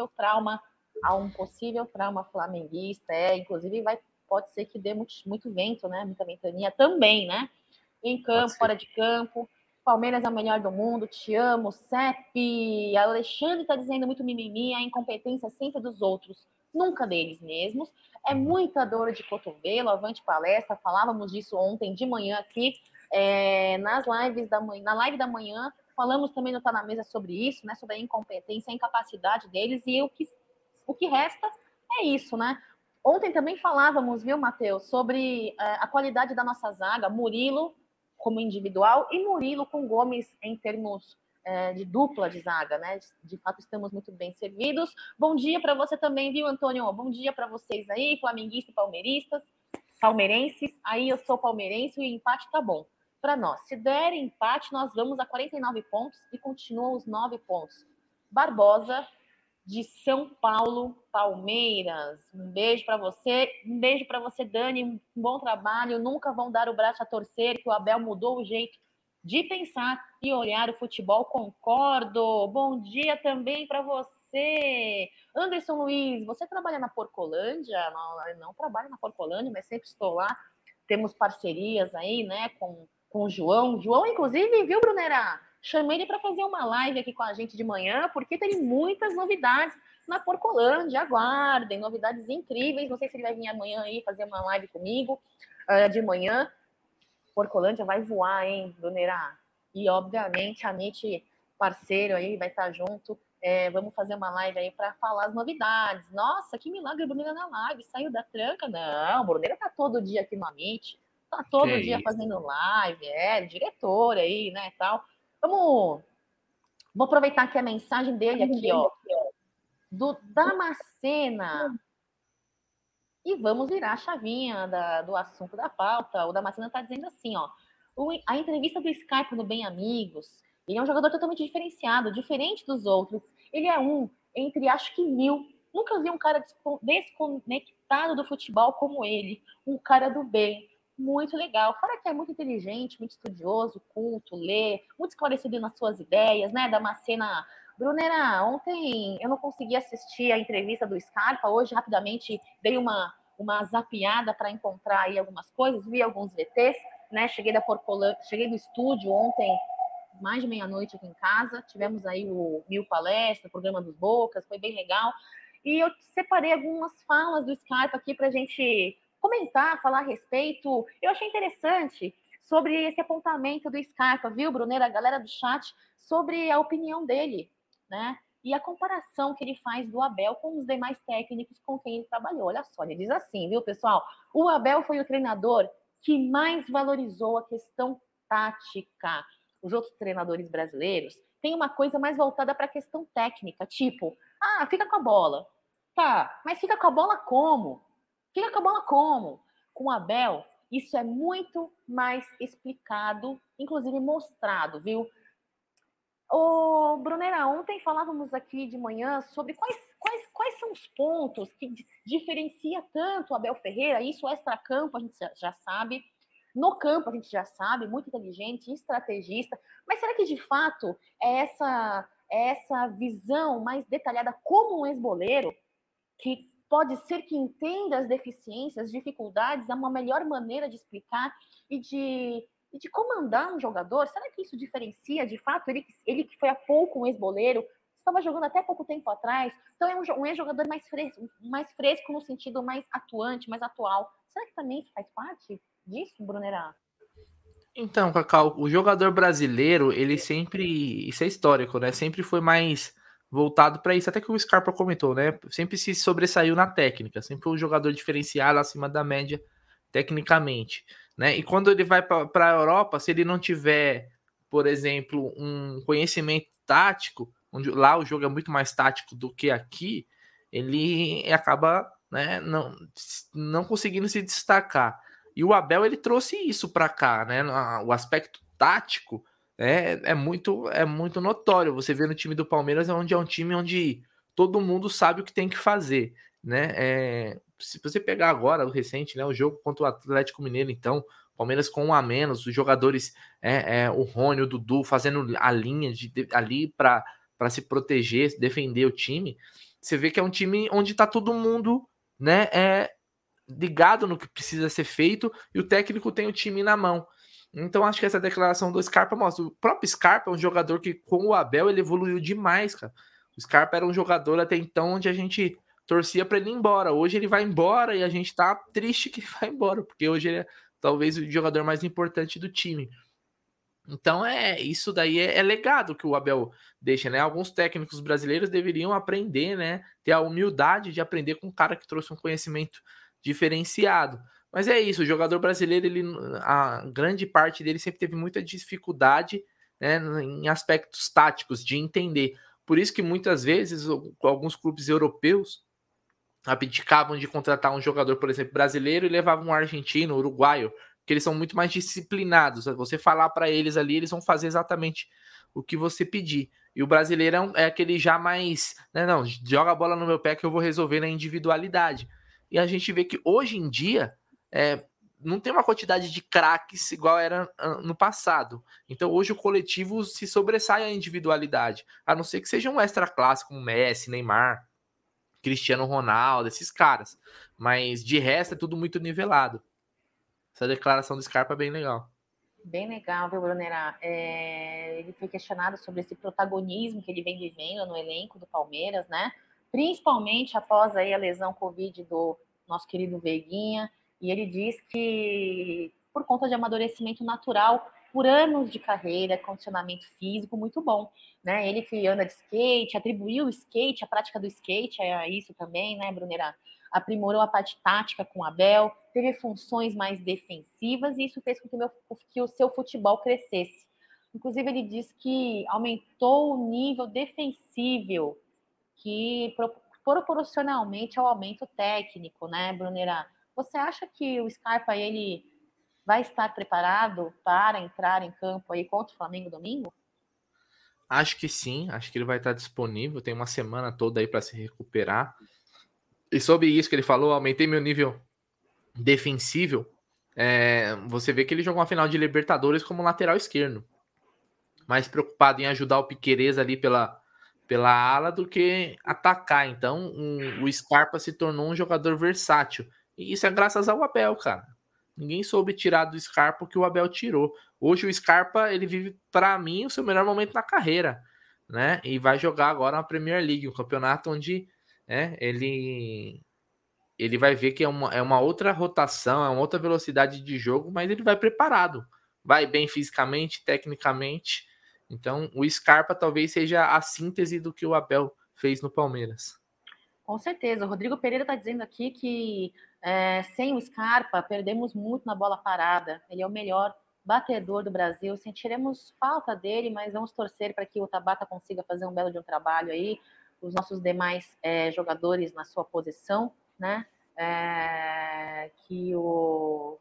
um possível trauma flamenguista, inclusive pode ser que dê muito vento, né, muita ventania também, né, em campo, fora de campo. Palmeiras é o melhor do mundo, te amo, CEP. Alexandre está dizendo muito mimimi, a incompetência sempre dos outros, nunca deles mesmos. É muita dor de cotovelo, avante palestra, falávamos disso ontem de manhã aqui, nas lives da manhã, na live da manhã, falamos também no Tá Na Mesa sobre isso, né, sobre a incompetência, a incapacidade deles, e o que resta é isso, né? Ontem também falávamos, viu, Matheus, sobre a qualidade da nossa zaga, Murilo como individual e Murilo com Gomes em termos de dupla de zaga, né? De fato, estamos muito bem servidos. Bom dia para você também, viu, Antônio? Bom dia para vocês aí, flamenguistas e palmeirenses. Aí eu sou palmeirense e o empate tá bom para nós. Se der empate, nós vamos a 49 pontos e continuam os 9 pontos. Barbosa, de São Paulo, Palmeiras. Um beijo para você. Um beijo para você, Dani. Um bom trabalho. Nunca vão dar o braço a torcer, que o Abel mudou o jeito de pensar e olhar o futebol. Concordo. Bom dia também para você. Anderson Luiz, você trabalha na Porcolândia? Não trabalho na Porcolândia, mas sempre estou lá. Temos parcerias aí, né, com o João. João, inclusive, viu, Brunera? Chamei ele para fazer uma live aqui com a gente de manhã, porque tem muitas novidades na Porcolândia. Aguardem, novidades incríveis. Não sei se ele vai vir amanhã aí fazer uma live comigo de manhã. Porcolândia vai voar, hein, Brunera? E, obviamente, a Nietzsche, parceiro aí, vai estar junto. Vamos fazer uma live aí para falar as novidades. Nossa, que milagre, Brunera na live. Saiu da tranca? Não, Brunera tá todo dia aqui no Amit. Tá todo dia fazendo live. Diretor aí, né, tal. Vou aproveitar aqui a mensagem dele aqui, ó, do Damascena. E vamos virar a chavinha do assunto da pauta. O Damascena está dizendo assim, ó, a entrevista do Skype no Bem Amigos, ele é um jogador totalmente diferenciado, diferente dos outros. Ele é entre acho que 1000. Nunca vi um cara desconectado do futebol como ele. Um cara do bem, muito legal. Fora que é muito inteligente, muito estudioso, culto, lê, muito esclarecido nas suas ideias, né? Damascena. Brunera, ontem eu não consegui assistir a entrevista do Scarpa, hoje rapidamente dei uma zapiada para encontrar aí algumas coisas, vi alguns VTs, né? Cheguei do estúdio ontem, mais de meia-noite aqui em casa, tivemos aí o Mil Palestra, o programa dos Bocas, foi bem legal. E eu separei algumas falas do Scarpa aqui para a gente comentar, falar a respeito. Eu achei interessante sobre esse apontamento do Scarpa, viu, Brunera, a galera do chat, sobre a opinião dele, né? E a comparação que ele faz do Abel com os demais técnicos com quem ele trabalhou. Olha só, ele diz assim, viu, pessoal? O Abel foi o treinador que mais valorizou a questão tática. Os outros treinadores brasileiros têm uma coisa mais voltada para a questão técnica, tipo, fica com a bola. Tá, mas fica com a bola como? Fica com a bola como? Com o Abel, isso é muito mais explicado, inclusive mostrado, viu? Ô, Brunera, ontem falávamos aqui de manhã sobre quais são os pontos que diferencia tanto o Abel Ferreira, isso extra-campo a gente já sabe, no campo a gente já sabe, muito inteligente, estrategista, mas será que de fato é essa visão mais detalhada como um ex-boleiro que pode ser que entenda as deficiências, dificuldades, é uma melhor maneira de explicar e de comandar um jogador? Será que isso diferencia, de fato, ele que foi há pouco um ex-boleiro, estava jogando até pouco tempo atrás, então é um ex-jogador mais fresco no sentido mais atuante, mais atual. Será que também isso faz parte disso, Brunerá? Então, Cacau, o jogador brasileiro, ele sempre, isso é histórico, né? Sempre foi mais voltado para isso, até que o Scarpa comentou, né? Sempre se sobressaiu na técnica, sempre foi um jogador diferenciado acima da média tecnicamente, né? E quando ele vai para a Europa, se ele não tiver, por exemplo, um conhecimento tático, onde lá o jogo é muito mais tático do que aqui, ele acaba, né, não conseguindo se destacar. E o Abel ele trouxe isso para cá, né? O aspecto tático é muito notório. Você vê no time do Palmeiras, onde é um time onde todo mundo sabe o que tem que fazer, né? Se você pegar agora o recente, né, o jogo contra o Atlético Mineiro, então Palmeiras com um a menos, os jogadores, o Rony, o Dudu fazendo a linha ali para se proteger, defender o time. Você vê que é um time onde tá todo mundo, né, ligado no que precisa ser feito e o técnico tem o time na mão. Então acho que essa declaração do Scarpa mostra. O próprio Scarpa é um jogador que com o Abel ele evoluiu demais, cara. O Scarpa era um jogador até então onde a gente torcia para ele ir embora. Hoje ele vai embora e a gente tá triste que ele vai embora, porque hoje ele é talvez o jogador mais importante do time. Então isso daí é legado que o Abel deixa, né? Alguns técnicos brasileiros deveriam aprender, né? Ter a humildade de aprender com um cara que trouxe um conhecimento diferenciado. Mas é isso, o jogador brasileiro, a grande parte dele sempre teve muita dificuldade, né, em aspectos táticos, de entender. Por isso que muitas vezes alguns clubes europeus abdicavam de contratar um jogador, por exemplo, brasileiro e levavam um argentino, uruguaio, porque eles são muito mais disciplinados. Você falar para eles ali, eles vão fazer exatamente o que você pedir. E o brasileiro é aquele já mais, né, não, joga a bola no meu pé que eu vou resolver na individualidade. E a gente vê que hoje em dia não tem uma quantidade de craques igual era no passado. Então hoje o coletivo se sobressai à individualidade, a não ser que seja um extra classe como Messi, Neymar, Cristiano Ronaldo, esses caras. Mas de resto é tudo muito nivelado. Essa declaração do Scarpa é bem legal. Bem legal, viu, Brunera? Ele foi questionado sobre esse protagonismo que ele vem vivendo no elenco do Palmeiras, né? Principalmente após aí a lesão Covid do nosso querido Veiguinha. E ele diz que, por conta de amadurecimento natural, por anos de carreira, condicionamento físico muito bom, né? Ele que anda de skate, atribuiu o skate, a prática do skate a isso também, né, Brunera? Aprimorou a parte tática com o Abel, teve funções mais defensivas e isso fez com que o seu futebol crescesse. Inclusive, ele diz que aumentou o nível defensivo, que proporcionalmente ao aumento técnico, né, Brunera? Você acha que o Scarpa ele vai estar preparado para entrar em campo aí contra o Flamengo domingo? Acho que sim, acho que ele vai estar disponível. Tem uma semana toda aí para se recuperar. E sobre isso que ele falou, aumentei meu nível defensivo. Você vê que ele jogou uma final de Libertadores como lateral esquerdo. Mais preocupado em ajudar o Piquerez ali pela ala do que atacar. Então, o Scarpa se tornou um jogador versátil. E isso é graças ao Abel, cara. Ninguém soube tirar do Scarpa o que o Abel tirou. Hoje o Scarpa, ele vive, para mim, o seu melhor momento na carreira, né? E vai jogar agora na Premier League, um campeonato onde ele vai ver que é uma outra rotação, é uma outra velocidade de jogo, mas ele vai preparado. Vai bem fisicamente, tecnicamente. Então, o Scarpa talvez seja a síntese do que o Abel fez no Palmeiras. Com certeza. O Rodrigo Pereira está dizendo aqui que sem o Scarpa perdemos muito na bola parada. Ele é o melhor batedor do Brasil. Sentiremos falta dele, mas vamos torcer para que o Tabata consiga fazer um belo de um trabalho aí. Os nossos demais jogadores na sua posição, né? Que o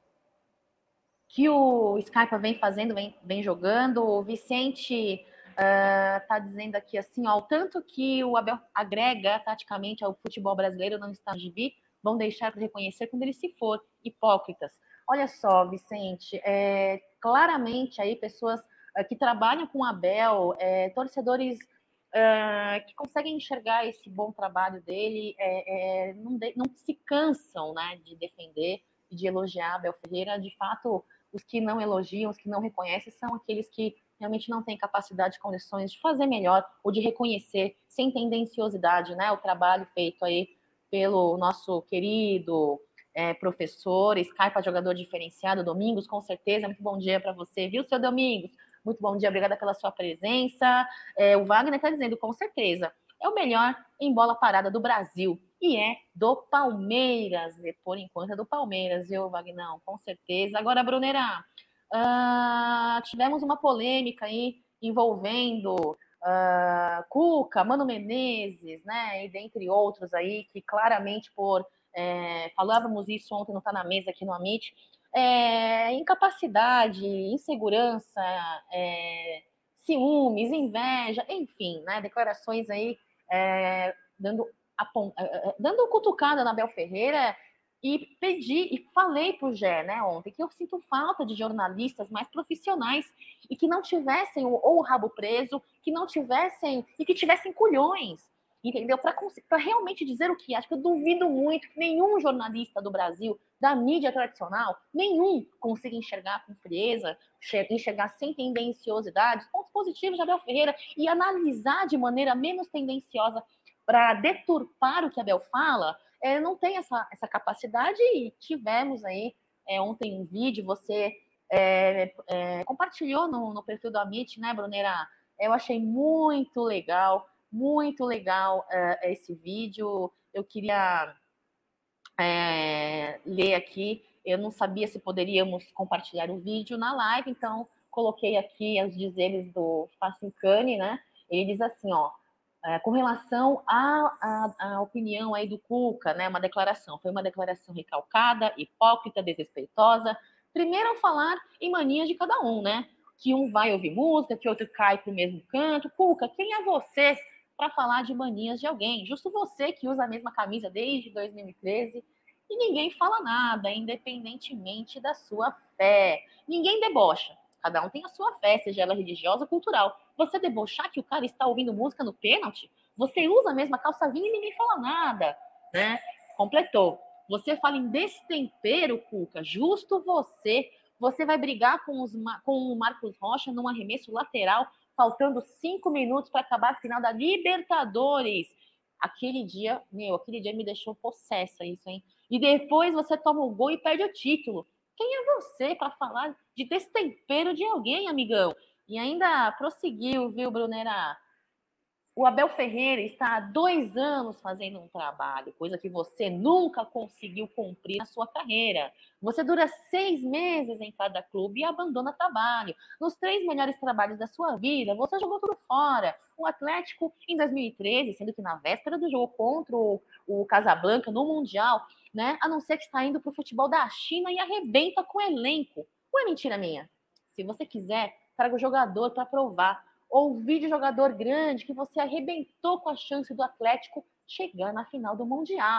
Scarpa vem fazendo, vem jogando. O Vicente tá dizendo aqui assim, ó, o tanto que o Abel agrega taticamente ao futebol brasileiro não está no gibi, vão deixar de reconhecer quando ele se for. Hipócritas. Olha só, Vicente, claramente aí pessoas que trabalham com o Abel, torcedores que conseguem enxergar esse bom trabalho dele, não se cansam, né, de defender e de elogiar Abel Ferreira. De fato, os que não elogiam, os que não reconhecem, são aqueles que realmente não têm capacidade, condições de fazer melhor ou de reconhecer, sem tendenciosidade, né, o trabalho feito aí pelo nosso querido professor, Scarpa, jogador diferenciado, Domingos, com certeza. Muito bom dia para você, viu, seu Domingos? Muito bom dia, obrigada pela sua presença. O Wagner está dizendo, com certeza, é o melhor em bola parada do Brasil. E é do Palmeiras, e por enquanto é do Palmeiras, viu, Vagnão? Com certeza. Agora, Brunera, tivemos uma polêmica aí envolvendo Cuca, Mano Menezes, né? E dentre outros aí, que claramente falávamos isso ontem, não está na mesa aqui no Amit, incapacidade, insegurança, ciúmes, inveja, enfim, né? Declarações aí dando cutucada na Abel Ferreira, e falei para o Gé, né, ontem, que eu sinto falta de jornalistas mais profissionais e que não tivessem ou o rabo preso, que tivessem culhões, entendeu? Para realmente dizer o que acho. Que eu duvido muito que nenhum jornalista do Brasil, da mídia tradicional, nenhum consiga enxergar com frieza, enxergar sem tendenciosidade, pontos positivos de Abel Ferreira e analisar de maneira menos tendenciosa para deturpar o que Abel fala. Não tem essa capacidade, e tivemos aí ontem um vídeo, você compartilhou no perfil do Amit, né, Brunera? Eu achei muito legal esse vídeo. Eu queria ler aqui. Eu não sabia se poderíamos compartilhar o vídeo na live, então coloquei aqui os dizeres do Facincani, né? Ele diz assim, ó, com relação à opinião aí do Cuca, né? Foi uma declaração recalcada, hipócrita, desrespeitosa. Primeiro, ao falar em manias de cada um, né? Que um vai ouvir música, que outro cai para o mesmo canto. Cuca, quem é você para falar de manias de alguém? Justo você que usa a mesma camisa desde 2013 e ninguém fala nada, independentemente da sua fé. Ninguém debocha. Cada um tem a sua fé, seja ela religiosa ou cultural. Você debochar que o cara está ouvindo música no pênalti? Você usa a mesma calça vinha e ninguém fala nada, né? Completou. Você fala em destempero, Cuca. Justo você. Você vai brigar com o Marcos Rocha num arremesso lateral, faltando 5 minutos para acabar a final da Libertadores. Aquele dia me deixou possessa isso, hein? E depois você toma o gol e perde o título. Quem é você para falar de destempero de alguém, amigão? E ainda prosseguiu, viu, Brunera? O Abel Ferreira está há 2 anos fazendo um trabalho, coisa que você nunca conseguiu cumprir na sua carreira. Você dura 6 meses em cada clube e abandona trabalho. Nos 3 melhores trabalhos da sua vida, você jogou tudo fora. O Atlético em 2013, sendo que na véspera do jogo contra o Casablanca no Mundial, né? A não ser que está indo para o futebol da China e arrebenta com o elenco. Ou é mentira minha? Se você quiser, traga o jogador para provar. Ou vídeo jogador grande que você arrebentou com a chance do Atlético chegar na final do Mundial.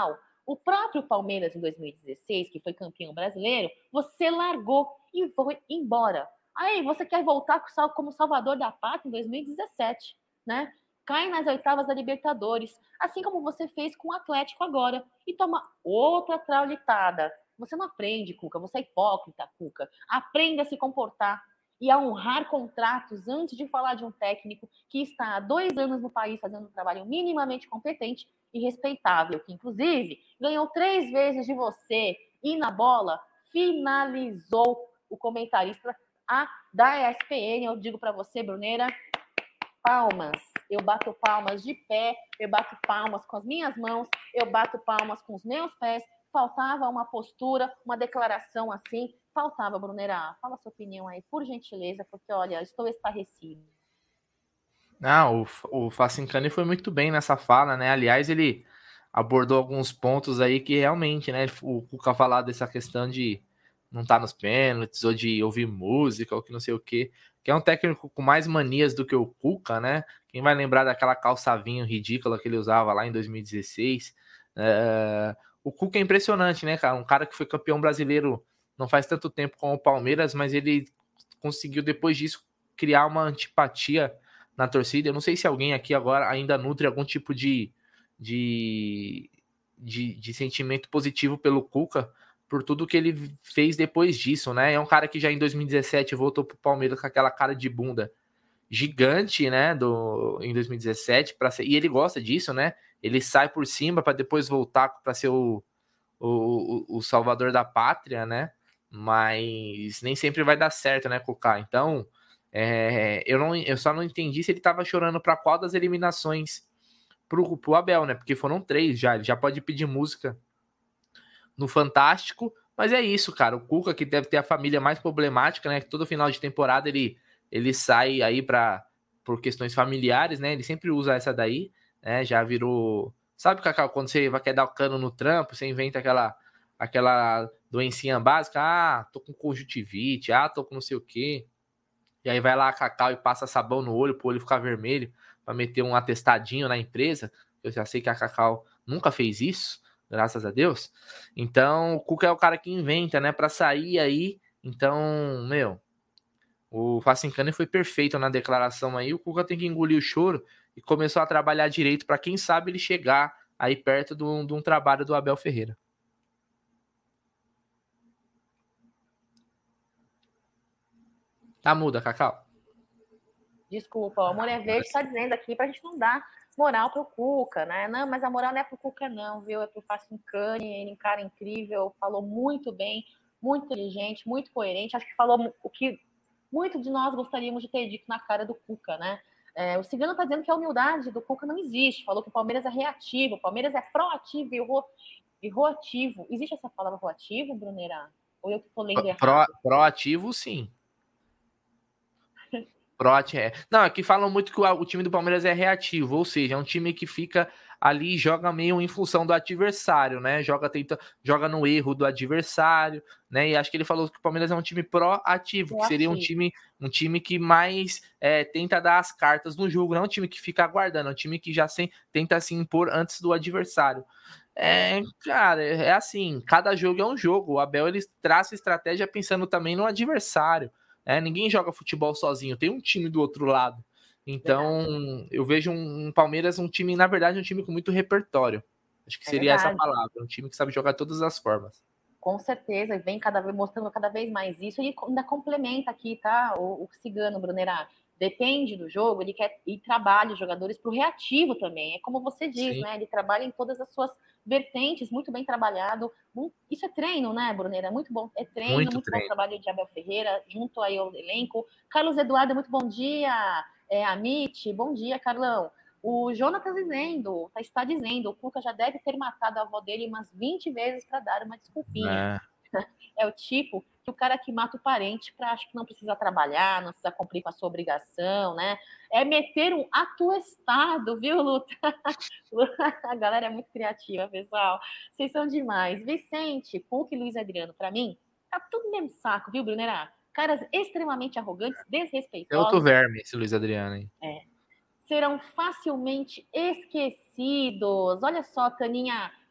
O próprio Palmeiras, em 2016, que foi campeão brasileiro, você largou e foi embora. Aí você quer voltar como salvador da pátria em 2017, né? Cai nas oitavas da Libertadores, assim como você fez com o Atlético agora, e toma outra traulitada. Você não aprende, Cuca, você é hipócrita, Cuca. Aprenda a se comportar e a honrar contratos antes de falar de um técnico que está há 2 anos no país fazendo um trabalho minimamente competente e respeitável, que inclusive ganhou 3 vezes de você e na bola finalizou o comentarista da ESPN. Eu digo para você, Bruneira, palmas. Eu bato palmas de pé, eu bato palmas com as minhas mãos, eu bato palmas com os meus pés. Faltava uma postura, uma declaração assim. Faltava, Bruneira. Fala a sua opinião aí, por gentileza, porque, olha, estou estarrecido. Não, o Facincani foi muito bem nessa fala, né? Aliás, ele abordou alguns pontos aí que realmente, né? O Cuca falar dessa questão de não estar nos pênaltis, ou de ouvir música, ou que não sei o quê, que é um técnico com mais manias do que o Cuca, né? Quem vai lembrar daquela calçavinho ridícula que ele usava lá em 2016? O Cuca é impressionante, né, cara? Um cara que foi campeão brasileiro não faz tanto tempo com o Palmeiras, mas ele conseguiu, depois disso, criar uma antipatia na torcida. Eu não sei se alguém aqui agora ainda nutre algum tipo de, de sentimento positivo pelo Cuca, por tudo que ele fez depois disso, né? É um cara que já em 2017 voltou pro Palmeiras com aquela cara de bunda gigante, né, em 2017, e ele gosta disso, né? Ele sai por cima para depois voltar para ser o salvador da pátria, né? Mas nem sempre vai dar certo, né, Cuca? Então, eu só não entendi se ele tava chorando para qual das eliminações pro Abel, né? Porque foram 3 já. Ele já pode pedir música no Fantástico, mas é isso, cara. O Cuca, que deve ter a família mais problemática, né? Que todo final de temporada ele sai aí por questões familiares, né? Ele sempre usa essa daí, né? Já virou. Sabe, Cacau, quando você vai querer dar o cano no trampo, você inventa aquela doencinha básica. Ah, tô com conjuntivite, tô com não sei o quê. E aí vai lá a Cacau e passa sabão no olho pro olho ficar vermelho, para meter um atestadinho na empresa. Eu já sei que a Cacau nunca fez isso, graças a Deus. Então, o Cuca é o cara que inventa, né, para sair aí. Então, meu, o Facincani foi perfeito na declaração aí. O Cuca tem que engolir o choro e começou a trabalhar direito para quem sabe ele chegar aí perto de um trabalho do Abel Ferreira. Tá muda, Cacau. Desculpa, o Amor é Verde está dizendo aqui para a gente não dar moral pro Cuca, né? Não, mas a moral não é pro Cuca, não, viu? É pro Facincani, ele é um cara incrível, falou muito bem, muito inteligente, muito coerente. Acho que falou o que muito de nós gostaríamos de ter dito na cara do Cuca, né? O Cigano está dizendo que a humildade do Cuca não existe. Falou que o Palmeiras é reativo, o Palmeiras é proativo e roativo. Existe essa palavra roativo, Bruneira? Ou eu que estou lendo errado? Proativo, sim. Não, aqui falam muito que o time do Palmeiras é reativo, ou seja, é um time que fica ali e joga meio em função do adversário, né? Joga no erro do adversário, né? E acho que ele falou que o Palmeiras é um time proativo, que seria um time que mais tenta dar as cartas no jogo, não é um time que fica aguardando, é um time que já tenta se impor antes do adversário. Cara, é assim, cada jogo é um jogo. O Abel ele traça estratégia pensando também no adversário. Ninguém joga futebol sozinho, tem um time do outro lado. Então, eu vejo um Palmeiras, um time, na verdade, um time com muito repertório. Acho que seria essa palavra, um time que sabe jogar todas as formas. Com certeza, e vem mostrando cada vez mais isso, e ainda complementa aqui, tá? O Cigano, Brunerá, depende do jogo, ele quer e trabalha os jogadores para o reativo também. É como você diz, Sim. né? Ele trabalha em todas as suas vertentes, muito bem trabalhado. Isso é treino, né, Bruneira? Muito bom. É treino, muito treino. Bom trabalho de Abel Ferreira, junto aí ao elenco. Carlos Eduardo, muito bom dia. Amit, bom dia, Carlão. O Jonathan está dizendo, o Cuca já deve ter matado a avó dele umas 20 vezes para dar uma desculpinha. É o tipo que o cara que mata o parente para acho que não precisa trabalhar, não precisa cumprir com a sua obrigação, né? É meter um atuestado, viu, Luta? A galera é muito criativa, pessoal. Vocês são demais. Vicente, Cuca e Luiz Adriano, para mim, tá tudo no mesmo saco, viu, Brunerá? Caras extremamente arrogantes, desrespeitosos. É outro verme esse Luiz Adriano, hein? Serão facilmente esquecidos. Olha só, Taninha,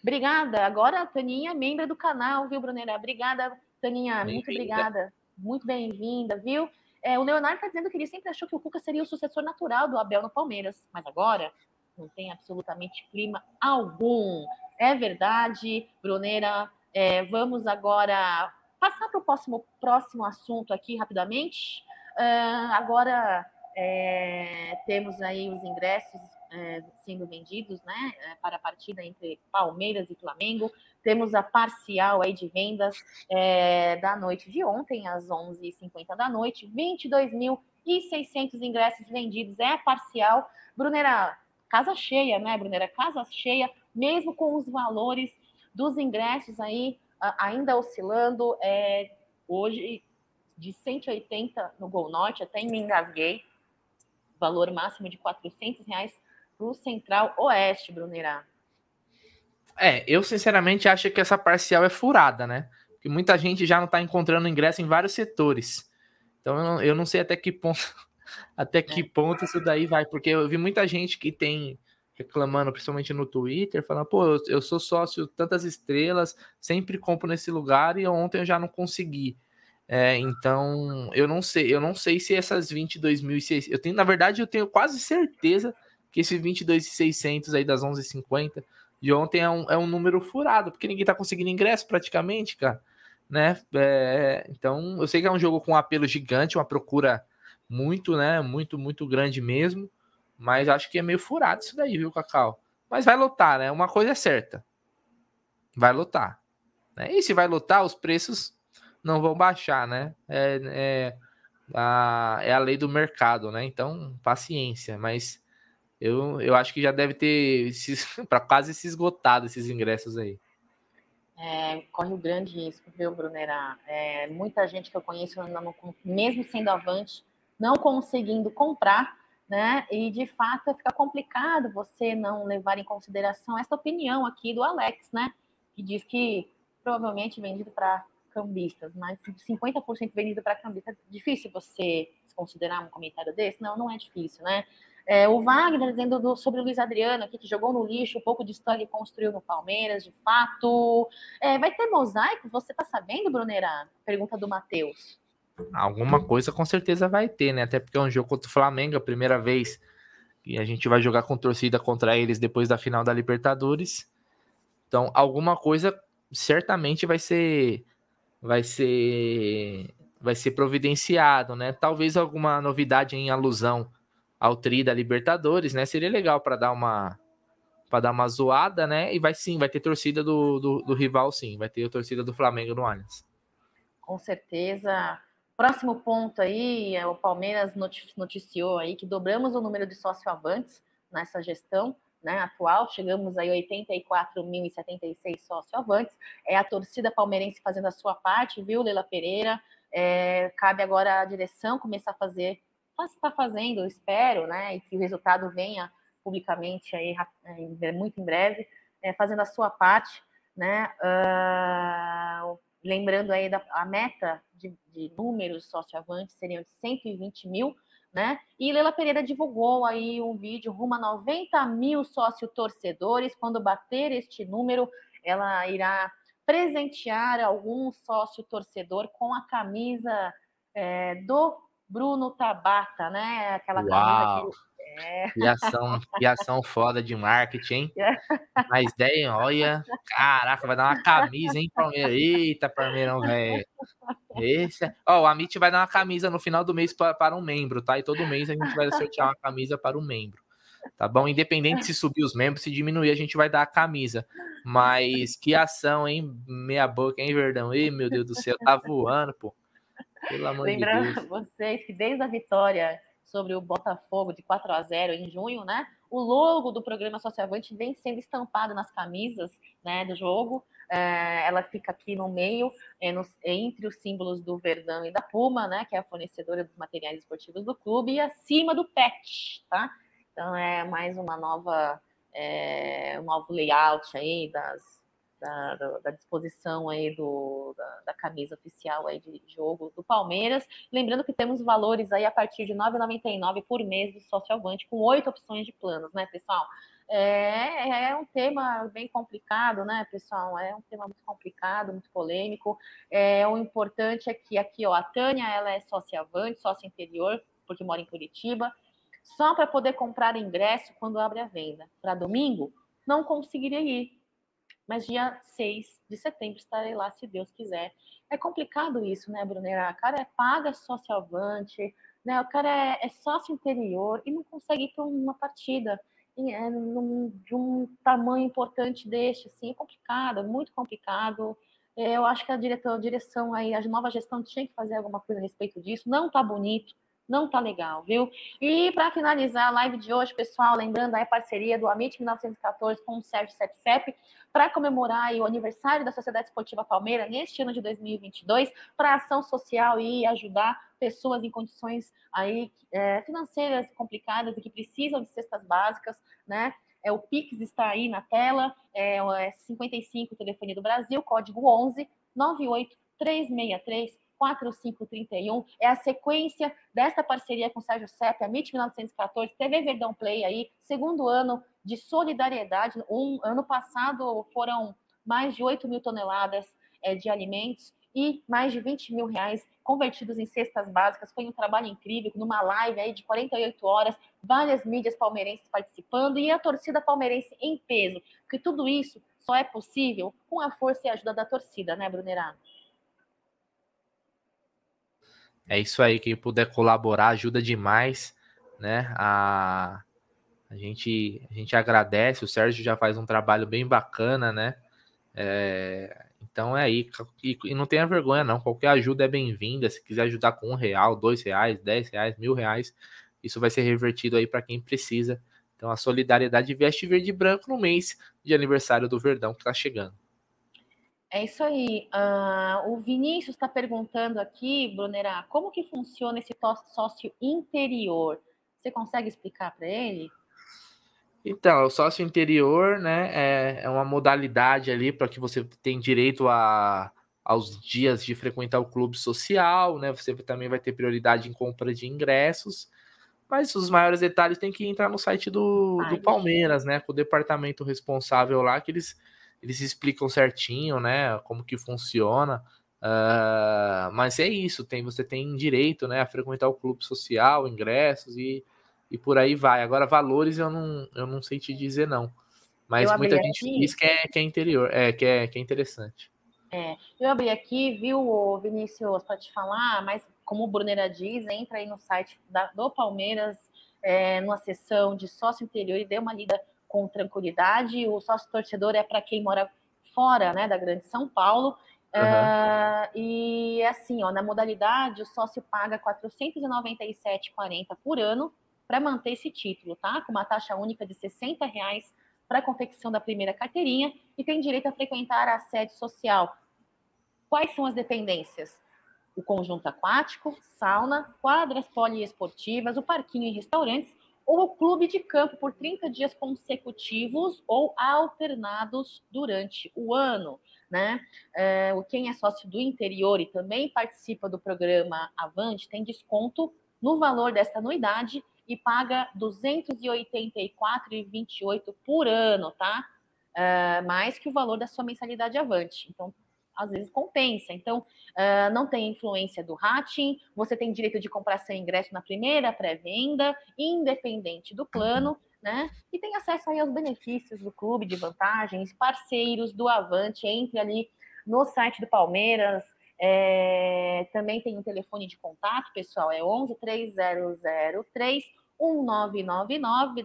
Obrigada. Agora a Taninha é membro do canal, viu, Brunera? Obrigada, Taninha. Muito obrigada. Muito bem-vinda, viu? O Leonardo está dizendo que ele sempre achou que o Cuca seria o sucessor natural do Abel no Palmeiras, mas agora não tem absolutamente clima algum. É verdade, Brunera. Vamos agora passar para o próximo assunto aqui rapidamente. Agora temos aí os ingressos sendo vendidos, né, para a partida entre Palmeiras e Flamengo. Temos a parcial aí de vendas da noite de ontem, às 11h50 da noite. 22.600 ingressos vendidos, é a parcial. Brunera, casa cheia, né, Brunera? Casa cheia, mesmo com os valores dos ingressos aí ainda oscilando. Hoje, de 180 no Gol Norte, até me engasguei. Valor máximo de R$400 para o Central Oeste, Brunera. Eu sinceramente acho que essa parcial é furada, né? Porque muita gente já não está encontrando ingresso em vários setores. Então eu não sei até que ponto isso daí vai, porque eu vi muita gente que tem reclamando, principalmente no Twitter, falando, pô, eu sou sócio tantas estrelas, sempre compro nesse lugar e ontem eu já não consegui. Então eu não sei se essas 22.600, na verdade eu tenho quase certeza que esses 22.600 aí das 11h50 de ontem é um número furado, porque ninguém tá conseguindo ingresso praticamente, cara, né? Então eu sei que é um jogo com um apelo gigante, uma procura muito, né? Muito grande mesmo, mas acho que é meio furado isso daí, viu, Cacau? Mas vai lotar, né? Uma coisa é certa, vai lotar, né? E se vai lotar, os preços não vão baixar, né? É a lei do mercado, né? Então, paciência, mas eu acho que já deve ter para quase se esgotado esses ingressos aí. Corre o grande risco, viu, Brunera? Muita gente que eu conheço, mesmo sendo avante, não conseguindo comprar, né? E de fato fica complicado você não levar em consideração essa opinião aqui do Alex, né? Que diz que provavelmente vendido para cambistas, mas 50% vendido para cambistas. É difícil você considerar um comentário desse? Não é difícil, né? O Wagner dizendo sobre o Luiz Adriano aqui, que jogou no lixo, um pouco de história que construiu no Palmeiras, de fato. Vai ter mosaico? Você tá sabendo, Brunera? Pergunta do Matheus. Alguma coisa com certeza vai ter, né? Até porque é um jogo contra o Flamengo, a primeira vez que a gente vai jogar com torcida contra eles depois da final da Libertadores. Então, alguma coisa certamente vai ser providenciado, né? Talvez alguma novidade em alusão ao tri da Libertadores, né? Seria legal para dar uma zoada, né? E vai ter torcida do rival, sim. Vai ter a torcida do Flamengo no Allianz. Com certeza. Próximo ponto aí, o Palmeiras noticiou aí que dobramos o número de sócio-avantes nessa gestão, né, atual, chegamos aí a 84.076 sócio-avantes. A torcida palmeirense fazendo a sua parte, viu, Leila Pereira? Cabe agora à direção começar a fazer, está fazendo, espero, né, e que o resultado venha publicamente aí muito em breve, fazendo a sua parte, né? Lembrando aí a meta de números sócio-avantes seriam de 120 mil, né? E Leila Pereira divulgou aí um vídeo rumo a 90 mil sócio-torcedores. Quando bater este número, ela irá presentear algum sócio-torcedor com a camisa do Bruno Tabata, né? Aquela Uau! camisa que... Que ação foda de marketing, hein? Mais ideia, olha. Caraca, vai dar uma camisa, hein, Palmeiras? Eita, Palmeirão, velho. O Amit vai dar uma camisa no final do mês para um membro, tá? E todo mês a gente vai sortear uma camisa para um membro, tá bom? Independente se subir os membros, se diminuir, a gente vai dar a camisa. Mas que ação, hein? Meia boca, hein, Verdão? Ei, meu Deus do céu, tá voando, pô. Pelo amor de Deus. Lembrando vocês que desde a vitória sobre o Botafogo de 4-0 em junho, né? O logo do programa Sociavante vem sendo estampado nas camisas, né, do jogo. Ela fica aqui no meio, entre os símbolos do Verdão e da Puma, né, que é a fornecedora dos materiais esportivos do clube, e acima do PET, tá? Então é mais uma nova, um novo layout aí da disposição aí da camisa oficial aí de jogo do Palmeiras. Lembrando que temos valores aí a partir de R$ 9,99 por mês do sócio-avante, com 8 opções de planos, né, pessoal? É um tema bem complicado, né, pessoal? É um tema muito complicado, muito polêmico. O importante é que aqui, ó, a Tânia, ela é sócia Avante, sócia interior, porque mora em Curitiba, só para poder comprar ingresso quando abre a venda. Para domingo, não conseguiria ir, mas dia 6 de setembro estarei lá, se Deus quiser. É complicado isso, né, Brunera? O cara paga sócio Avante, né? O cara é sócio interior e não consegue ir para uma partida de um tamanho importante deste, assim, é complicado, muito complicado. Eu acho que a direção aí, a nova gestão tinha que fazer alguma coisa a respeito disso. Não tá bonito, não tá legal, viu? E para finalizar a live de hoje, pessoal, lembrando aí a parceria do Amit 1914 com o Sérgio Sepsep, para comemorar aí o aniversário da Sociedade Esportiva Palmeira neste ano de 2022, para ação social e ajudar pessoas em condições aí financeiras complicadas e que precisam de cestas básicas, né? O Pix está aí na tela, 55 o telefone do Brasil, código 11 98 363 4531. É a sequência desta parceria com o Sérgio Sepp, a MIT 1914, TV Verdão Play aí, segundo ano de solidariedade. Ano passado foram mais de 8 mil toneladas de alimentos e mais de 20 mil reais convertidos em cestas básicas. Foi um trabalho incrível, numa live aí de 48 horas, várias mídias palmeirenses participando e a torcida palmeirense em peso, porque tudo isso só é possível com a força e a ajuda da torcida, né, Brunerá? É isso aí, quem puder colaborar ajuda demais, né? A gente agradece, o Sérgio já faz um trabalho bem bacana, né? Então é aí, e não tenha vergonha não, qualquer ajuda é bem-vinda, se quiser ajudar com R$1, R$2, R$10, R$1.000, isso vai ser revertido aí para quem precisa. Então a solidariedade veste verde e branco no mês de aniversário do Verdão que tá chegando. É isso aí. O Vinícius está perguntando aqui, Brunerá, como que funciona esse sócio interior? Você consegue explicar para ele? Então, o sócio interior, né, é uma modalidade ali para que você tenha direito aos dias de frequentar o clube social, né? Você também vai ter prioridade em compra de ingressos, mas os maiores detalhes tem que entrar no site do Palmeiras, né? Com o departamento responsável lá, que eles explicam certinho, né? Como que funciona. Mas é isso, você tem direito, né, a frequentar o clube social, ingressos e por aí vai. Agora, valores eu não sei te dizer, não. Eu Mas muita abri gente aqui, diz que é interior, que é interessante. eu abri aqui, viu, Vinícius, para te falar, mas como o Brunerá diz, entra aí no site do Palmeiras, numa seção de sócio interior e dê uma lida com tranquilidade. O sócio torcedor é para quem mora fora, né, da grande São Paulo. Uhum. E assim, ó, na modalidade, o sócio paga R$ 497,40 por ano para manter esse título, tá? Com uma taxa única de R$ 60 para a confecção da primeira carteirinha e tem direito a frequentar a sede social. Quais são as dependências? O conjunto aquático, sauna, quadras poliesportivas, o parquinho e restaurantes, ou o clube de campo por 30 dias consecutivos ou alternados durante o ano, né? Quem é sócio do interior e também participa do programa Avante tem desconto no valor dessa anuidade e paga R$ 284,28 por ano, tá? Mais que o valor da sua mensalidade Avante. Então, às vezes compensa. Então, não tem influência do rating, você tem direito de comprar seu ingresso na primeira pré-venda, independente do plano, né? E tem acesso aí aos benefícios do clube, de vantagens, parceiros do Avante, entre ali no site do Palmeiras. Também tem um telefone de contato, pessoal, é 11 3003 1999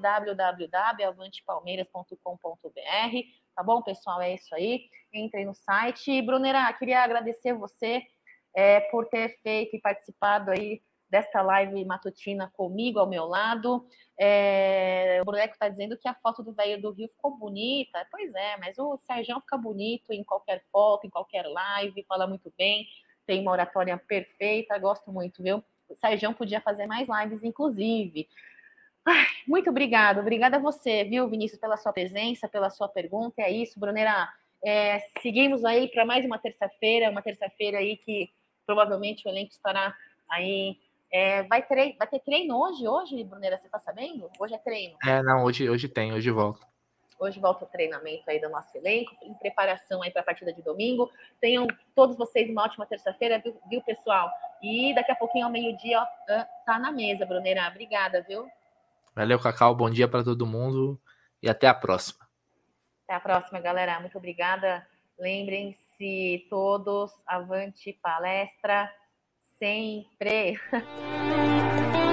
www.avantepalmeiras.com.br. Tá bom, pessoal? É isso aí. Entrem no site. E, Brunera, queria agradecer você por ter feito e participado aí desta live matutina comigo ao meu lado. O Bruneco está dizendo que a foto do velho do Rio ficou bonita. Pois é, mas o Sérgio fica bonito em qualquer foto, em qualquer live, fala muito bem, tem uma oratória perfeita, gosto muito, viu? O Sérgio podia fazer mais lives, inclusive. Muito obrigada a você, viu, Vinícius, pela sua presença, pela sua pergunta. É isso, Brunera. Seguimos aí para mais uma terça-feira aí que provavelmente o elenco estará aí Vai ter treino hoje, Brunera, você tá sabendo? Hoje é treino. Não, hoje tem, hoje volta. Hoje volta o treinamento aí do nosso elenco, em preparação aí para a partida de domingo. Tenham todos vocês uma ótima terça-feira, viu, pessoal? E daqui a pouquinho, ao meio-dia, tá na mesa, Brunera. Obrigada, viu? Valeu, Cacau. Bom dia para todo mundo e até a próxima. Até a próxima, galera. Muito obrigada. Lembrem-se todos, avante palestra sempre.